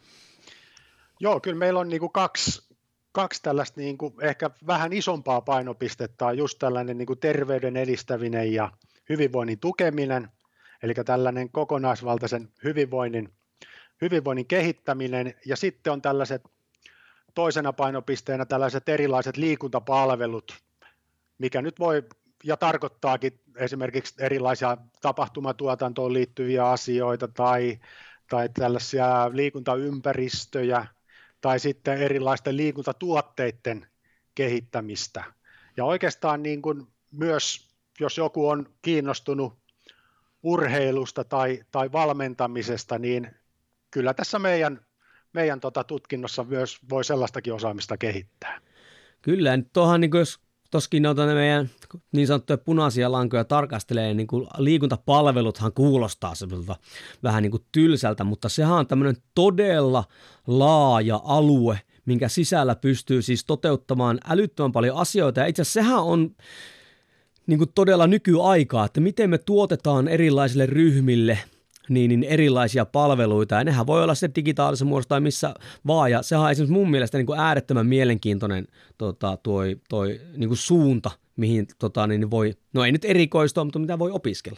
Joo, kyllä meillä on niin kuin kaksi, kaksi tällaista niin kuin ehkä vähän isompaa painopistettä, on just tällainen niin kuin terveyden edistäminen ja hyvinvoinnin tukeminen, eli tällainen kokonaisvaltaisen hyvinvoinnin, hyvinvoinnin kehittäminen, ja sitten on tällaiset toisena painopisteenä tällaiset erilaiset liikuntapalvelut, mikä nyt voi ja tarkoittaakin esimerkiksi erilaisia tapahtumatuotantoon liittyviä asioita tai, tai tällaisia liikuntaympäristöjä tai sitten erilaisten liikuntatuotteiden kehittämistä. Ja oikeastaan niin kuin myös, jos joku on kiinnostunut urheilusta tai, tai valmentamisesta, niin kyllä tässä meidän meidän tota tutkinnossa myös voi sellaistakin osaamista kehittää. Kyllä, ja nyt tuohan niin jos toskin noita meidän niin sanottuja punaisia lankoja tarkastelee, niin kuin liikuntapalveluthan kuulostaa semmoilta vähän niin kuin tylsältä, mutta sehän on tämmöinen todella laaja alue, minkä sisällä pystyy siis toteuttamaan älyttömän paljon asioita, ja itse asiassa sehän on niin kuin todella nykyaikaa, että miten me tuotetaan erilaisille ryhmille Niin, niin erilaisia palveluita, ja nehän voi olla se digitaalisen muodossa tai missä vaan, ja sehän on esimerkiksi mun mielestä niin kuin äärettömän mielenkiintoinen tota, toi, toi niin kuin suunta, mihin tota, niin voi, no ei nyt erikoistua, mutta mitä voi opiskella.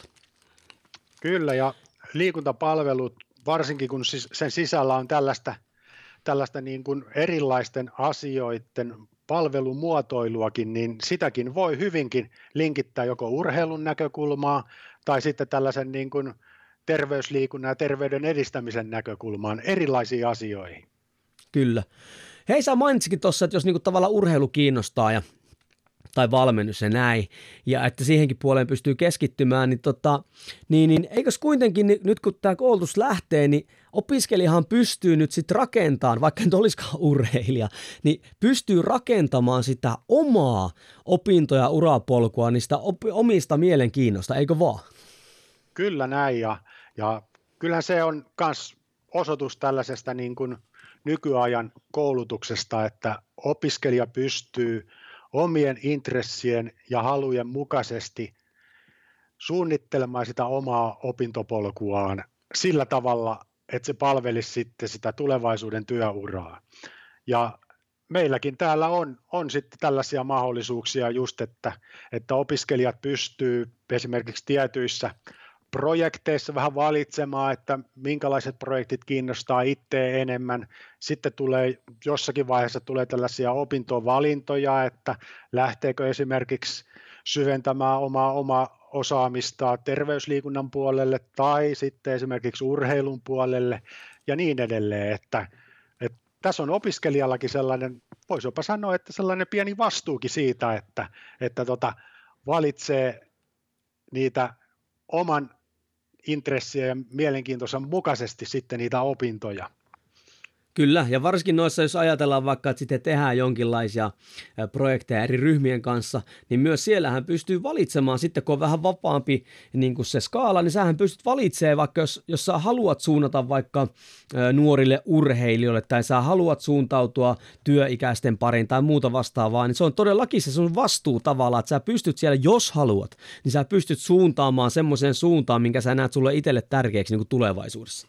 Kyllä, ja liikuntapalvelut, varsinkin kun sen sisällä on tällaista, tällaista niin kuin erilaisten asioiden palvelumuotoiluakin, niin sitäkin voi hyvinkin linkittää joko urheilun näkökulmaa, tai sitten tällaisen niin kuin terveysliikunnan ja terveyden edistämisen näkökulmaan erilaisiin asioihin. Kyllä. Hei, sä mainitsikin tuossa, että jos niinku tavallaan urheilu kiinnostaa ja, tai valmennus ja näin, ja että siihenkin puoleen pystyy keskittymään, niin, tota, niin, niin eikös kuitenkin niin, nyt kun tämä koulutus lähtee, niin opiskelijahan pystyy nyt sitten rakentamaan, vaikka nyt olisikaan urheilija, niin pystyy rakentamaan sitä omaa opintoja urapolkua niistä op- omista mielenkiinnosta, eikö vaan? Kyllä näin, ja, ja kyllähän se on myös osoitus tällaisesta niin kuin nykyajan koulutuksesta, että opiskelija pystyy omien intressien ja halujen mukaisesti suunnittelemaan sitä omaa opintopolkuaan sillä tavalla, että se palvelisi sitten sitä tulevaisuuden työuraa. Ja meilläkin täällä on, on sitten tällaisia mahdollisuuksia just, että, että opiskelijat pystyy esimerkiksi tietyissä projekteissa vähän valitsemaan, että minkälaiset projektit kiinnostaa itseä enemmän. Sitten tulee jossakin vaiheessa tulee tällaisia opintovalintoja, että lähteekö esimerkiksi syventämään omaa, omaa osaamista terveysliikunnan puolelle tai sitten esimerkiksi urheilun puolelle ja niin edelleen, että, että tässä on opiskelijallakin sellainen, voisi jopa sanoa, että sellainen pieni vastuukin siitä, että, että tota, valitsee niitä oman intressiä ja mielenkiintoisen mukaisesti sitten niitä opintoja. Kyllä, ja varsinkin noissa, jos ajatellaan vaikka, että sitten tehdään jonkinlaisia projekteja eri ryhmien kanssa, niin myös siellähän pystyy valitsemaan, sitten kun on vähän vapaampi niin kuin se skaala, niin sähän pystyt valitsemaan, vaikka jos, jos sä haluat suunnata vaikka nuorille urheilijoille, tai sä haluat suuntautua työikäisten pariin tai muuta vastaavaa, niin se on todellakin se sun vastuu tavallaan, että sä pystyt siellä, jos haluat, niin sä pystyt suuntaamaan semmoiseen suuntaan, minkä sä näet sulle itselle tärkeäksi niin kuin tulevaisuudessa.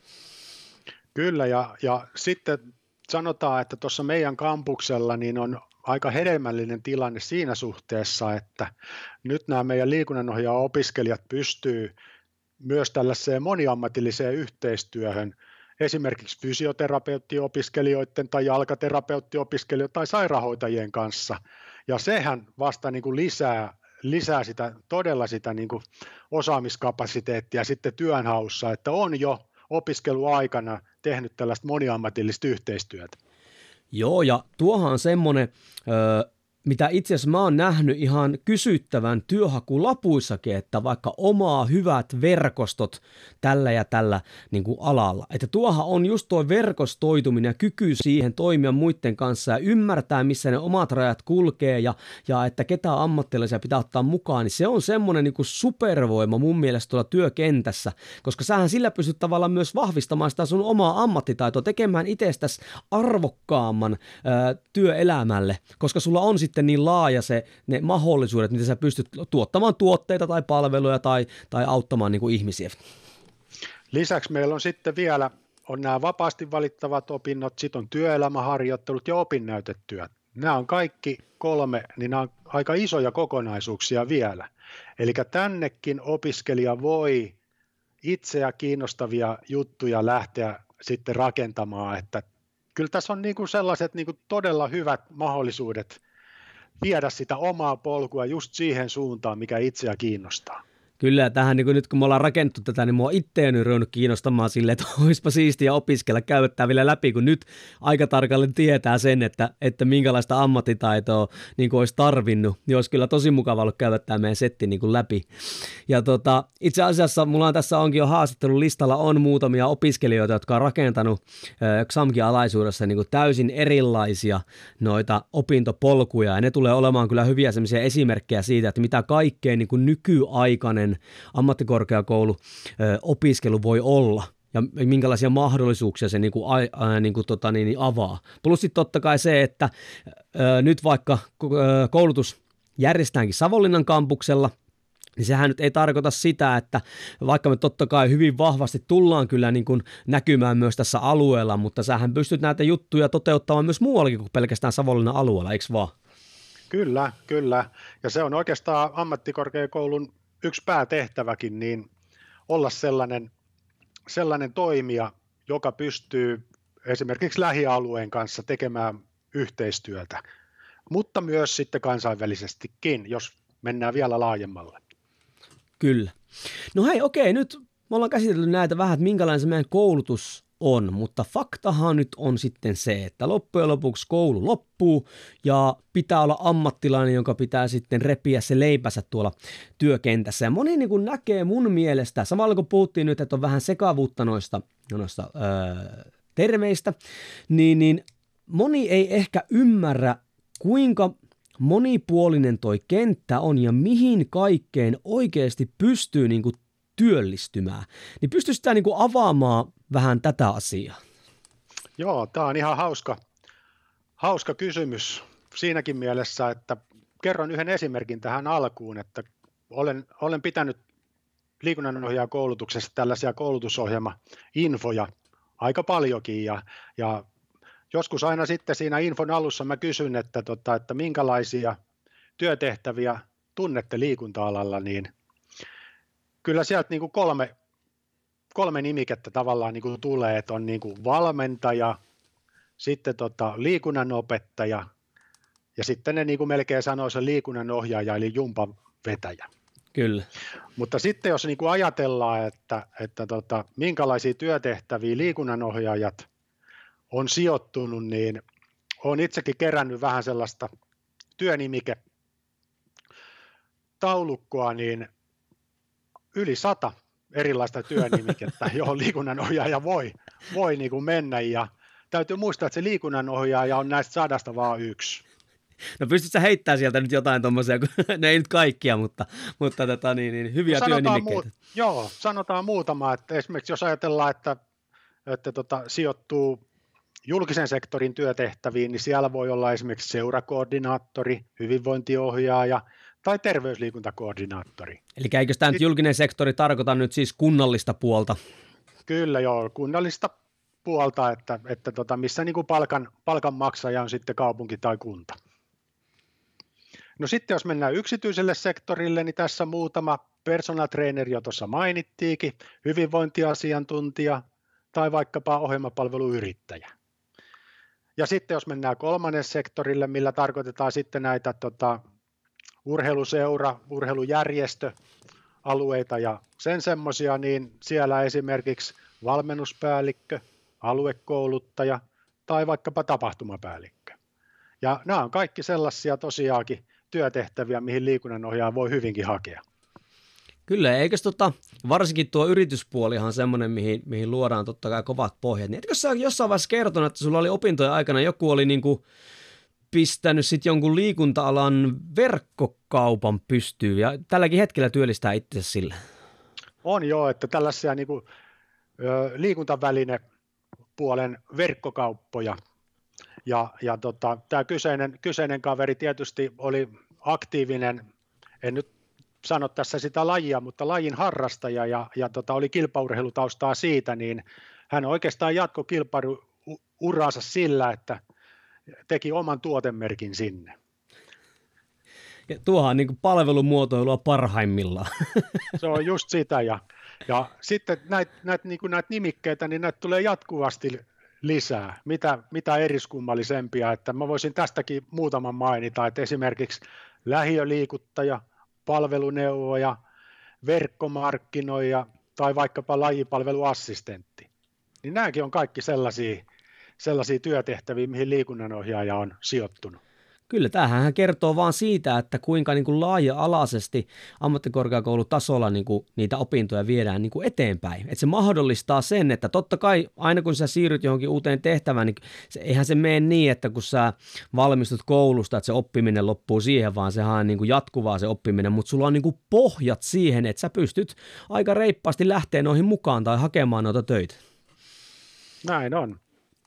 Kyllä, ja, ja sitten sanotaan, että tuossa meidän kampuksella niin on aika hedelmällinen tilanne siinä suhteessa, että nyt nämä meidän liikunnanohjaaja-opiskelijat pystyy myös tällaiseen moniammatilliseen yhteistyöhön, esimerkiksi fysioterapeuttiopiskelijoiden tai jalkaterapeuttiopiskelijoiden tai sairaanhoitajien kanssa, ja sehän vasta niin kuin lisää, lisää sitä, todella sitä niin kuin osaamiskapasiteettia sitten työnhaussa, että on jo opiskeluaikana tehnyt tällaista moniammatillista yhteistyötä. Joo, ja tuohan on semmoinen, öö, mitä itse asiassa mä oon nähnyt ihan kysyttävän työhakulapuissakin, että vaikka omaa hyvät verkostot tällä ja tällä niin kuin alalla. Että tuohan on just tuo verkostoituminen ja kyky siihen toimia muiden kanssa ja ymmärtää, missä ne omat rajat kulkee ja, ja että ketä ammattilaisia pitää ottaa mukaan, niin se on semmoinen niin kuin supervoima mun mielestä tuolla työkentässä, koska sähän sillä pystyt tavallaan myös vahvistamaan sitä sun omaa ammattitaitoa, tekemään itsestäsi arvokkaamman ää, työelämälle, koska sulla on sitten niin laaja se, ne mahdollisuudet, miten sä pystyt tuottamaan tuotteita tai palveluja tai, tai auttamaan niin kuin ihmisiä. Lisäksi meillä on sitten vielä on nämä vapaasti valittavat opinnot, sitten on työelämäharjoittelut ja opinnäytetyöt. Nämä on kaikki kolme, niin nämä on aika isoja kokonaisuuksia vielä. Eli tännekin opiskelija voi itseä kiinnostavia juttuja lähteä sitten rakentamaan, että kyllä tässä on niin kuin sellaiset niin kuin todella hyvät mahdollisuudet viedä sitä omaa polkua just siihen suuntaan, mikä itseä kiinnostaa. Kyllä, ja tähän niin nyt kun me ollaan rakennettu tätä, niin mua itseäni on ruvennut kiinnostamaan silleen, että olisipa siistiä opiskella, käydä vielä läpi, kun nyt aika tarkalleen tietää sen, että, että minkälaista ammattitaitoa niin kuin olisi tarvinnut, niin olisi kyllä tosi mukava ollut käydä tämä meidän setti niin kuin läpi. Ja tota, itse asiassa mulla on tässä onkin jo haastattelun listalla on muutamia opiskelijoita, jotka on rakentanut äh, X A M K:n alaisuudessa niin kuin täysin erilaisia noita opintopolkuja, ja ne tulee olemaan kyllä hyviä semmoisia esimerkkejä siitä, että mitä kaikkea niin kuin nykyaikainen ammattikorkeakouluopiskelu voi olla ja minkälaisia mahdollisuuksia se niin kuin, ää, niin kuin, tota, niin, avaa. Plus sitten totta kai se, että ää, nyt vaikka ää, koulutus järjestetäänkin Savonlinnan kampuksella, niin sehän nyt ei tarkoita sitä, että vaikka me totta kai hyvin vahvasti tullaan kyllä niin kuin näkymään myös tässä alueella, mutta sähän pystyt näitä juttuja toteuttamaan myös muuallakin kuin pelkästään Savonlinnan alueella, eikö vaan? Kyllä, kyllä. Ja se on oikeastaan ammattikorkeakoulun yksi päätehtäväkin, niin olla sellainen, sellainen toimija, joka pystyy esimerkiksi lähialueen kanssa tekemään yhteistyötä, mutta myös sitten kansainvälisestikin, jos mennään vielä laajemmalle. Kyllä. No hei, okei, nyt me ollaan käsitellyt näitä vähän, että minkälainen se meidän koulutus on, mutta faktahan nyt on sitten se, että loppujen lopuksi koulu loppuu ja pitää olla ammattilainen, jonka pitää sitten repiä se leipänsä tuolla työkentässä. Ja moni niin kuin näkee mun mielestä, samalla kun puhuttiin nyt, että on vähän sekavuutta noista, noista öö, termeistä, niin, niin moni ei ehkä ymmärrä, kuinka monipuolinen toi kenttä on ja mihin kaikkeen oikeasti pystyy niin kuin työllistymään. Niin pystyy sitä niin kuin avaamaan vähän tätä asiaa? Joo, tämä on ihan hauska, hauska kysymys siinäkin mielessä, että kerron yhden esimerkin tähän alkuun, että olen, olen pitänyt liikunnanohjaajakoulutuksessa tällaisia koulutusohjelma-infoja aika paljonkin ja, ja joskus aina sitten siinä infon alussa mä kysyn, että, tota, että minkälaisia työtehtäviä tunnette liikunta-alalla, niin kyllä sieltä niin kuin kolme, kolme nimikettä tavallaan niin kuin tulee, että on niin kuin valmentaja, sitten tota, liikunnanopettaja ja sitten ne niin kuin melkein sanoo se liikunnanohjaaja eli jumpan vetäjä. Kyllä. Mutta sitten jos niin kuin ajatellaan, että, että tota, minkälaisia työtehtäviä liikunnanohjaajat on sijoittunut, niin olen itsekin kerännyt vähän sellaista työnimike taulukkoa, niin yli sata erilaista työnimikettä, johon liikunnanohjaaja voi, voi niin kuin mennä. Ja täytyy muistaa, että se liikunnanohjaaja on näistä sadasta vaan yksi. No pystytkö sä heittämään sieltä nyt jotain tuommoisia, ne ei nyt kaikkia, mutta, mutta tota, niin, niin, hyviä no työnimikkeitä. Muu, joo, sanotaan muutama, että esimerkiksi jos ajatellaan, että, että tota, sijoittuu julkisen sektorin työtehtäviin, niin siellä voi olla esimerkiksi seurakoordinaattori, hyvinvointiohjaaja tai terveysliikuntakoordinaattori. Eli eikö tämä nyt julkinen sektori tarkoita nyt siis kunnallista puolta? Kyllä joo, kunnallista puolta, että, että tota, missä niin kuin palkan, palkanmaksaja on sitten kaupunki tai kunta. No sitten jos mennään yksityiselle sektorille, niin tässä muutama personal trainer jo tuossa mainittiinkin, hyvinvointiasiantuntija tai vaikkapa ohjelmapalveluyrittäjä. Ja sitten jos mennään kolmannen sektorille, millä tarkoitetaan sitten näitä tota, urheiluseura, urheilujärjestöalueita ja sen semmoisia, niin siellä esimerkiksi valmennuspäällikkö, aluekouluttaja tai vaikkapa tapahtumapäällikkö. Ja nämä on kaikki sellaisia tosiaankin työtehtäviä, mihin liikunnanohjaaja voi hyvinkin hakea. Kyllä, eikö tota, varsinkin tuo yrityspuolihan on semmoinen, mihin, mihin luodaan totta kai kovat pohjat. Niin etkö sä jossain vaiheessa kertonut, että sulla oli opintojen aikana joku oli niinku pistänyt sitten jonkun liikunta-alan verkkokaupan pystyyn ja tälläkin hetkellä työllistää itsensä sillä? On joo, että tällaisia niinku, ö, liikuntavälinepuolen verkkokauppoja. Ja, ja tota, tämä kyseinen, kyseinen kaveri tietysti oli aktiivinen, en nyt sano tässä sitä lajia, mutta lajin harrastaja ja, ja tota, oli kilpaurheilutaustaa siitä, niin hän oikeastaan jatkoi kilpailuuraansa sillä, että teki oman tuotemerkin sinne. Ja tuohan on niin kuin palvelumuotoilua parhaimmillaan. Se on just sitä ja, ja sitten näitä näit, niin näit nimikkeitä, niin näitä tulee jatkuvasti lisää, mitä, mitä eriskummallisempia, että mä voisin tästäkin muutaman mainita, että esimerkiksi lähiöliikuttaja, palveluneuvoja, verkkomarkkinoija tai vaikkapa lajipalveluassistentti. Niin nämäkin on kaikki sellaisia, sellaisia työtehtäviä, mihin liikunnanohjaaja on sijoittunut. Kyllä, tämähän kertoo vaan siitä, että kuinka niin kuin laaja-alaisesti ammattikorkeakoulutasolla niin kuin niitä opintoja viedään niin kuin eteenpäin. Että se mahdollistaa sen, että totta kai aina kun sä siirryt johonkin uuteen tehtävään, niin se, eihän se mene niin, että kun sä valmistut koulusta, että se oppiminen loppuu siihen, vaan sehän on niin kuin jatkuvaa se oppiminen, mutta sulla on niin kuin pohjat siihen, että sä pystyt aika reippaasti lähteä noihin mukaan tai hakemaan noita töitä. Näin on.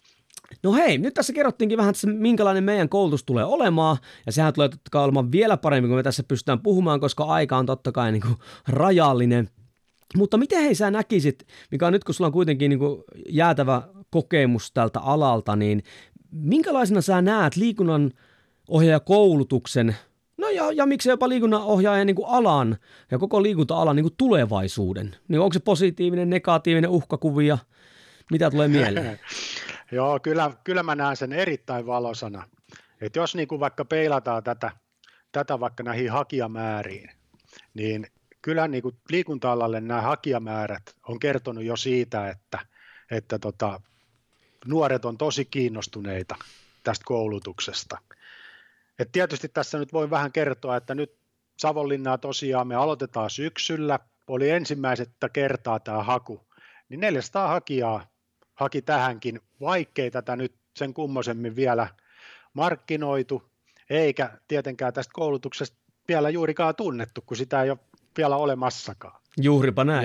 No hei, nyt tässä kerrottiinkin vähän, että minkälainen meidän koulutus tulee olemaan, ja sehän tulee totta kai olemaan vielä paremmin, kun me tässä pystytään puhumaan, koska aika on totta kai niin kuin rajallinen. Mutta miten hei sä näkisit, mikä on nyt kun sulla on kuitenkin niin kuin jäätävä kokemus tältä alalta, niin minkälaisena sä näet liikunnan ohjaajakoulutuksen, no ja, ja miksei jopa liikunnan ohjaajan niin kuin alan ja koko liikunta-alan niin kuin tulevaisuuden? Niin onko se positiivinen, negatiivinen uhkakuvia? Mitä tulee mieleen? Joo, kyllä, kyllä mä näen sen erittäin valosana. Että jos niin kuin vaikka peilataan tätä, tätä vaikka näihin hakijamääriin, niin kyllä niin kuin liikunta-alalle nämä hakijamäärät on kertonut jo siitä, että, että tota, nuoret on tosi kiinnostuneita tästä koulutuksesta. Et tietysti tässä nyt voi vähän kertoa, että nyt Savonlinnaa tosiaan me aloitetaan syksyllä, oli ensimmäisettä kertaa tämä haku, niin neljäsataa hakijaa haki tähänkin, vaikkei tätä nyt sen kummosemmin vielä markkinoitu, eikä tietenkään tästä koulutuksesta vielä juurikaan tunnettu, kun sitä ei ole vielä olemassakaan. Juuripa näin.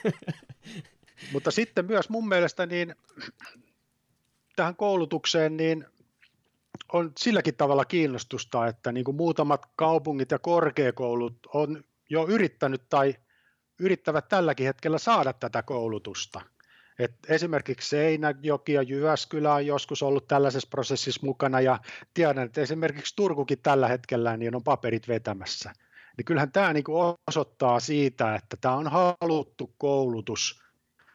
Mutta sitten myös mun mielestä niin tähän koulutukseen niin on silläkin tavalla kiinnostusta, että niin kuin muutamat kaupungit ja korkeakoulut on jo yrittänyt tai yrittävät tälläkin hetkellä saada tätä koulutusta. Et esimerkiksi Seinäjoki ja Jyväskylä on joskus ollut tällaisessa prosessissa mukana, ja tiedän, että esimerkiksi Turkukin tällä hetkellä niin on paperit vetämässä. Niin kyllähän tämä niin kuin osoittaa siitä, että tämä on haluttu koulutus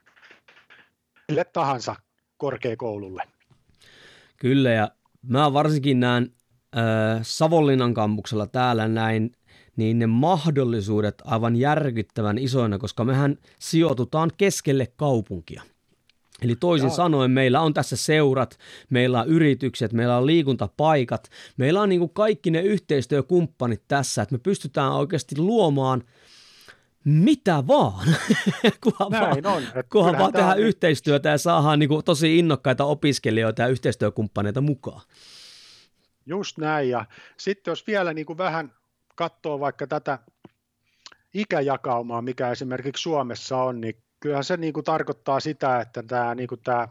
mille tahansa korkeakoululle. Kyllä, ja mä varsinkin näen äh, Savonlinnan kampuksella täällä näin, niin ne mahdollisuudet aivan järkyttävän isoina, koska mehän sijoitutaan keskelle kaupunkia. Eli toisin ja. sanoen meillä on tässä seurat, meillä on yritykset, meillä on liikuntapaikat, meillä on niin kuin kaikki ne yhteistyökumppanit tässä, että me pystytään oikeasti luomaan mitä vaan, kunhan Näin vaan, on. kunhan vaan tehdään on... yhteistyötä ja saadaan niin kuin tosi innokkaita opiskelijoita ja yhteistyökumppaneita mukaan. Just näin, ja sitten jos vielä niin kuin vähän katsoo vaikka tätä ikäjakaumaa, mikä esimerkiksi Suomessa on, niin kyllähän se niin kuin tarkoittaa sitä, että tämä, niin kuin tämä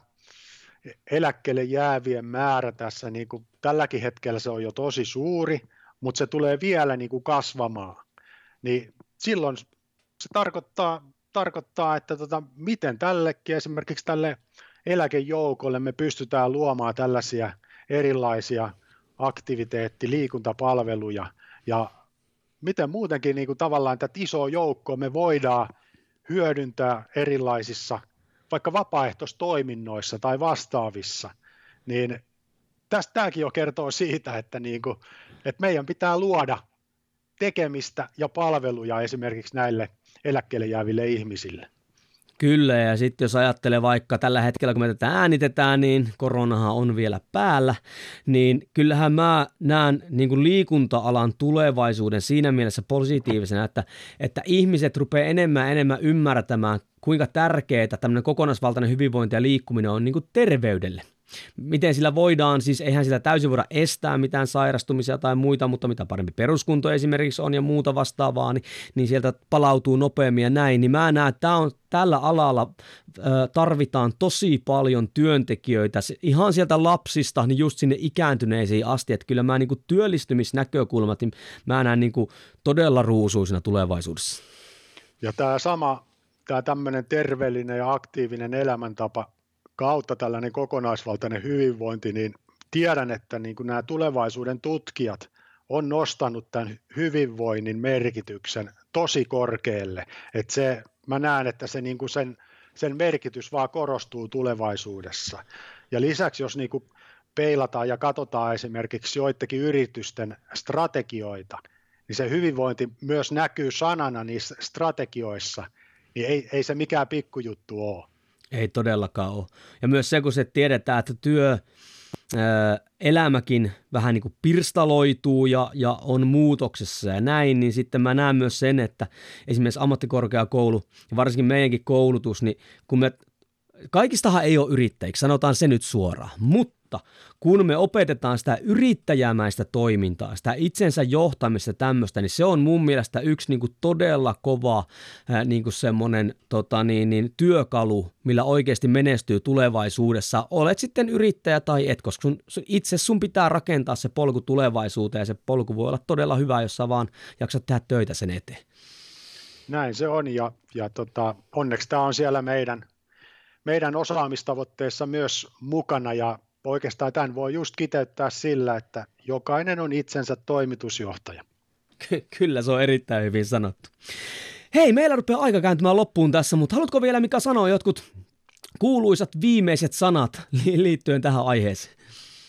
eläkkeelle jäävien määrä tässä, niin kuin tälläkin hetkellä se on jo tosi suuri, mutta se tulee vielä niin kuin kasvamaan. Niin silloin se tarkoittaa, tarkoittaa että tota, miten tällekin, esimerkiksi tälle eläkejoukolle me pystytään luomaan tällaisia erilaisia aktiviteetti-, liikuntapalveluja, ja miten muutenkin niin kuin tavallaan tätä isoa joukkoa me voidaan hyödyntää erilaisissa vaikka vapaaehtoistoiminnoissa tai vastaavissa, niin tästä tämäkin jo kertoo siitä, että, niin kuin, että meidän pitää luoda tekemistä ja palveluja esimerkiksi näille eläkkeelle jääville ihmisille. Kyllä, ja sitten jos ajattelee vaikka tällä hetkellä, kun me tätä äänitetään, niin koronahan on vielä päällä, niin kyllähän mä näen niin kuin liikunta-alan tulevaisuuden siinä mielessä positiivisena, että, että ihmiset rupeaa enemmän ja enemmän ymmärtämään, kuinka tärkeää tämmöinen kokonaisvaltainen hyvinvointi ja liikkuminen on niin kuin terveydelle. Miten sillä voidaan, siis eihän sillä täysin voida estää mitään sairastumisia tai muita, mutta mitä parempi peruskunto esimerkiksi on ja muuta vastaavaa, niin, niin sieltä palautuu nopeammin ja näin. Niin mä näen, että tää on, tällä alalla ö, tarvitaan tosi paljon työntekijöitä, ihan sieltä lapsista niin just sinne ikääntyneisiin asti, että kyllä mä niin kuin työllistymisnäkökulmat, niin mä näen niin kuin todella ruusuisena tulevaisuudessa. Ja tämä sama, tämä tämmöinen terveellinen ja aktiivinen elämäntapa kautta tällainen kokonaisvaltainen hyvinvointi, niin tiedän, että niin kuin nämä tulevaisuuden tutkijat on nostanut tämän hyvinvoinnin merkityksen tosi korkealle. Että se, mä näen, että se, niin kuin sen, sen merkitys vaan korostuu tulevaisuudessa. Ja lisäksi, jos niin kuin peilataan ja katsotaan esimerkiksi joidenkin yritysten strategioita, niin se hyvinvointi myös näkyy sanana niissä strategioissa, niin ei, ei se mikään pikkujuttu ole. Ei todellakaan ole. Ja myös se, kun se tiedetään, että työ, ää, elämäkin vähän niin kuin pirstaloituu ja, ja on muutoksessa ja näin, niin sitten mä näen myös sen, että esimerkiksi ammattikorkeakoulu ja varsinkin meidänkin koulutus, niin kun me, kaikistahan ei ole yrittäjiksi, sanotaan se nyt suoraan, mutta kun me opetetaan sitä yrittäjämäistä toimintaa, sitä itsensä johtamista tämmöistä, niin se on mun mielestä yksi niin kuin todella kova ää, niin kuin semmoinen tota, niin, niin, työkalu, millä oikeasti menestyy tulevaisuudessa. Olet sitten yrittäjä tai et, koska sun, itse sun pitää rakentaa se polku tulevaisuuteen, ja se polku voi olla todella hyvä, jos sä vaan jaksat tehdä töitä sen eteen. Näin se on, ja, ja tota, onneksi tämä on siellä meidän, meidän osaamistavoitteessa myös mukana, ja oikeastaan tämän voi just kiteyttää sillä, että jokainen on itsensä toimitusjohtaja. Ky- kyllä, se on erittäin hyvin sanottu. Hei, meillä rupeaa aika kääntymään loppuun tässä, mutta haluatko vielä, Mika, sanoa jotkut kuuluisat viimeiset sanat liittyen tähän aiheeseen?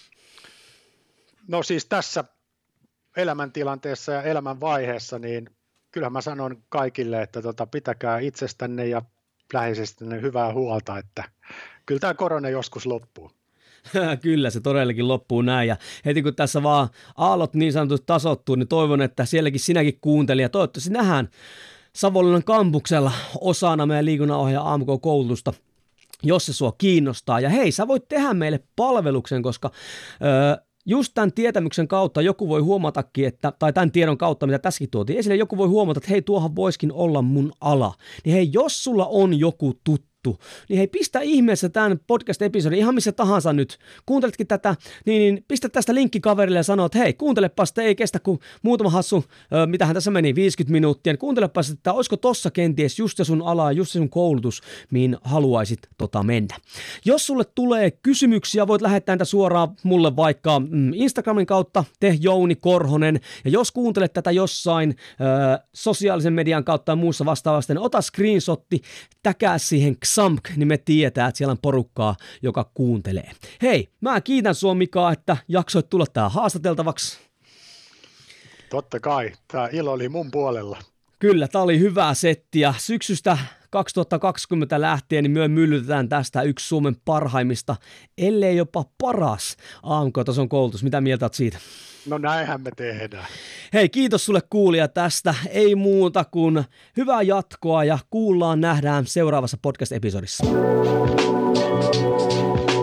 No siis tässä elämäntilanteessa ja elämänvaiheessa, niin kyllä mä sanon kaikille, että tota, pitäkää itsestänne ja läheisestänne hyvää huolta, että kyllä tämä korona joskus loppuu. Kyllä, se todellakin loppuu näin, ja heti kun tässä vaan aallot niin sanotusti tasoittuu, niin toivon, että sielläkin sinäkin kuuntelija, ja toivottavasti nähdään Savonlinnan kampuksella osana meidän liikunnanohjaaja A M K-koulutusta, jos se sua kiinnostaa. Ja hei, sä voit tehdä meille palveluksen, koska öö, just tämän tietämyksen kautta joku voi huomatakin, että, tai tämän tiedon kautta, mitä tässäkin tuotiin esille, joku voi huomata, että hei, tuohan voisikin olla mun ala. Niin hei, jos sulla on joku tuttu, juttu, niin hei, pistä ihmeessä tämän podcast-episodin, ihan missä tahansa nyt, kuunteletkin tätä, niin, niin pistä tästä linkki kaverille ja sano, että hei, kuuntelepas, ei kestä kuin muutama hassu, ö, mitähän tässä meni, viisikymmentä minuuttia, niin kuuntelepas, että olisiko tossa kenties just se sun ala, just se sun koulutus, mihin haluaisit tota mennä. Jos sulle tulee kysymyksiä, voit lähettää niitä suoraan mulle vaikka mm, Instagramin kautta, te Jouni Korhonen, ja jos kuuntelet tätä jossain ö, sosiaalisen median kautta ja muussa vastaavasti, niin ota screenshotti, täkää siihen X A M K, niin me tiedetään, että siellä on porukkaa, joka kuuntelee. Hei, mä kiitän sua Mika, että jaksoit tulla tää haastateltavaksi. Totta kai, tämä ilo oli mun puolella. Kyllä, tää oli hyvää settiä. Syksystä kaksituhattakaksikymmentä lähtien niin myö myllytetään tästä yksi Suomen parhaimmista, ellei jopa paras A M K-tason koulutus. Mitä mieltä oot siitä? No näinhän me tehdään. Hei, kiitos sulle kuulija tästä. Ei muuta kuin hyvää jatkoa ja kuullaan, nähdään seuraavassa podcast-episodissa.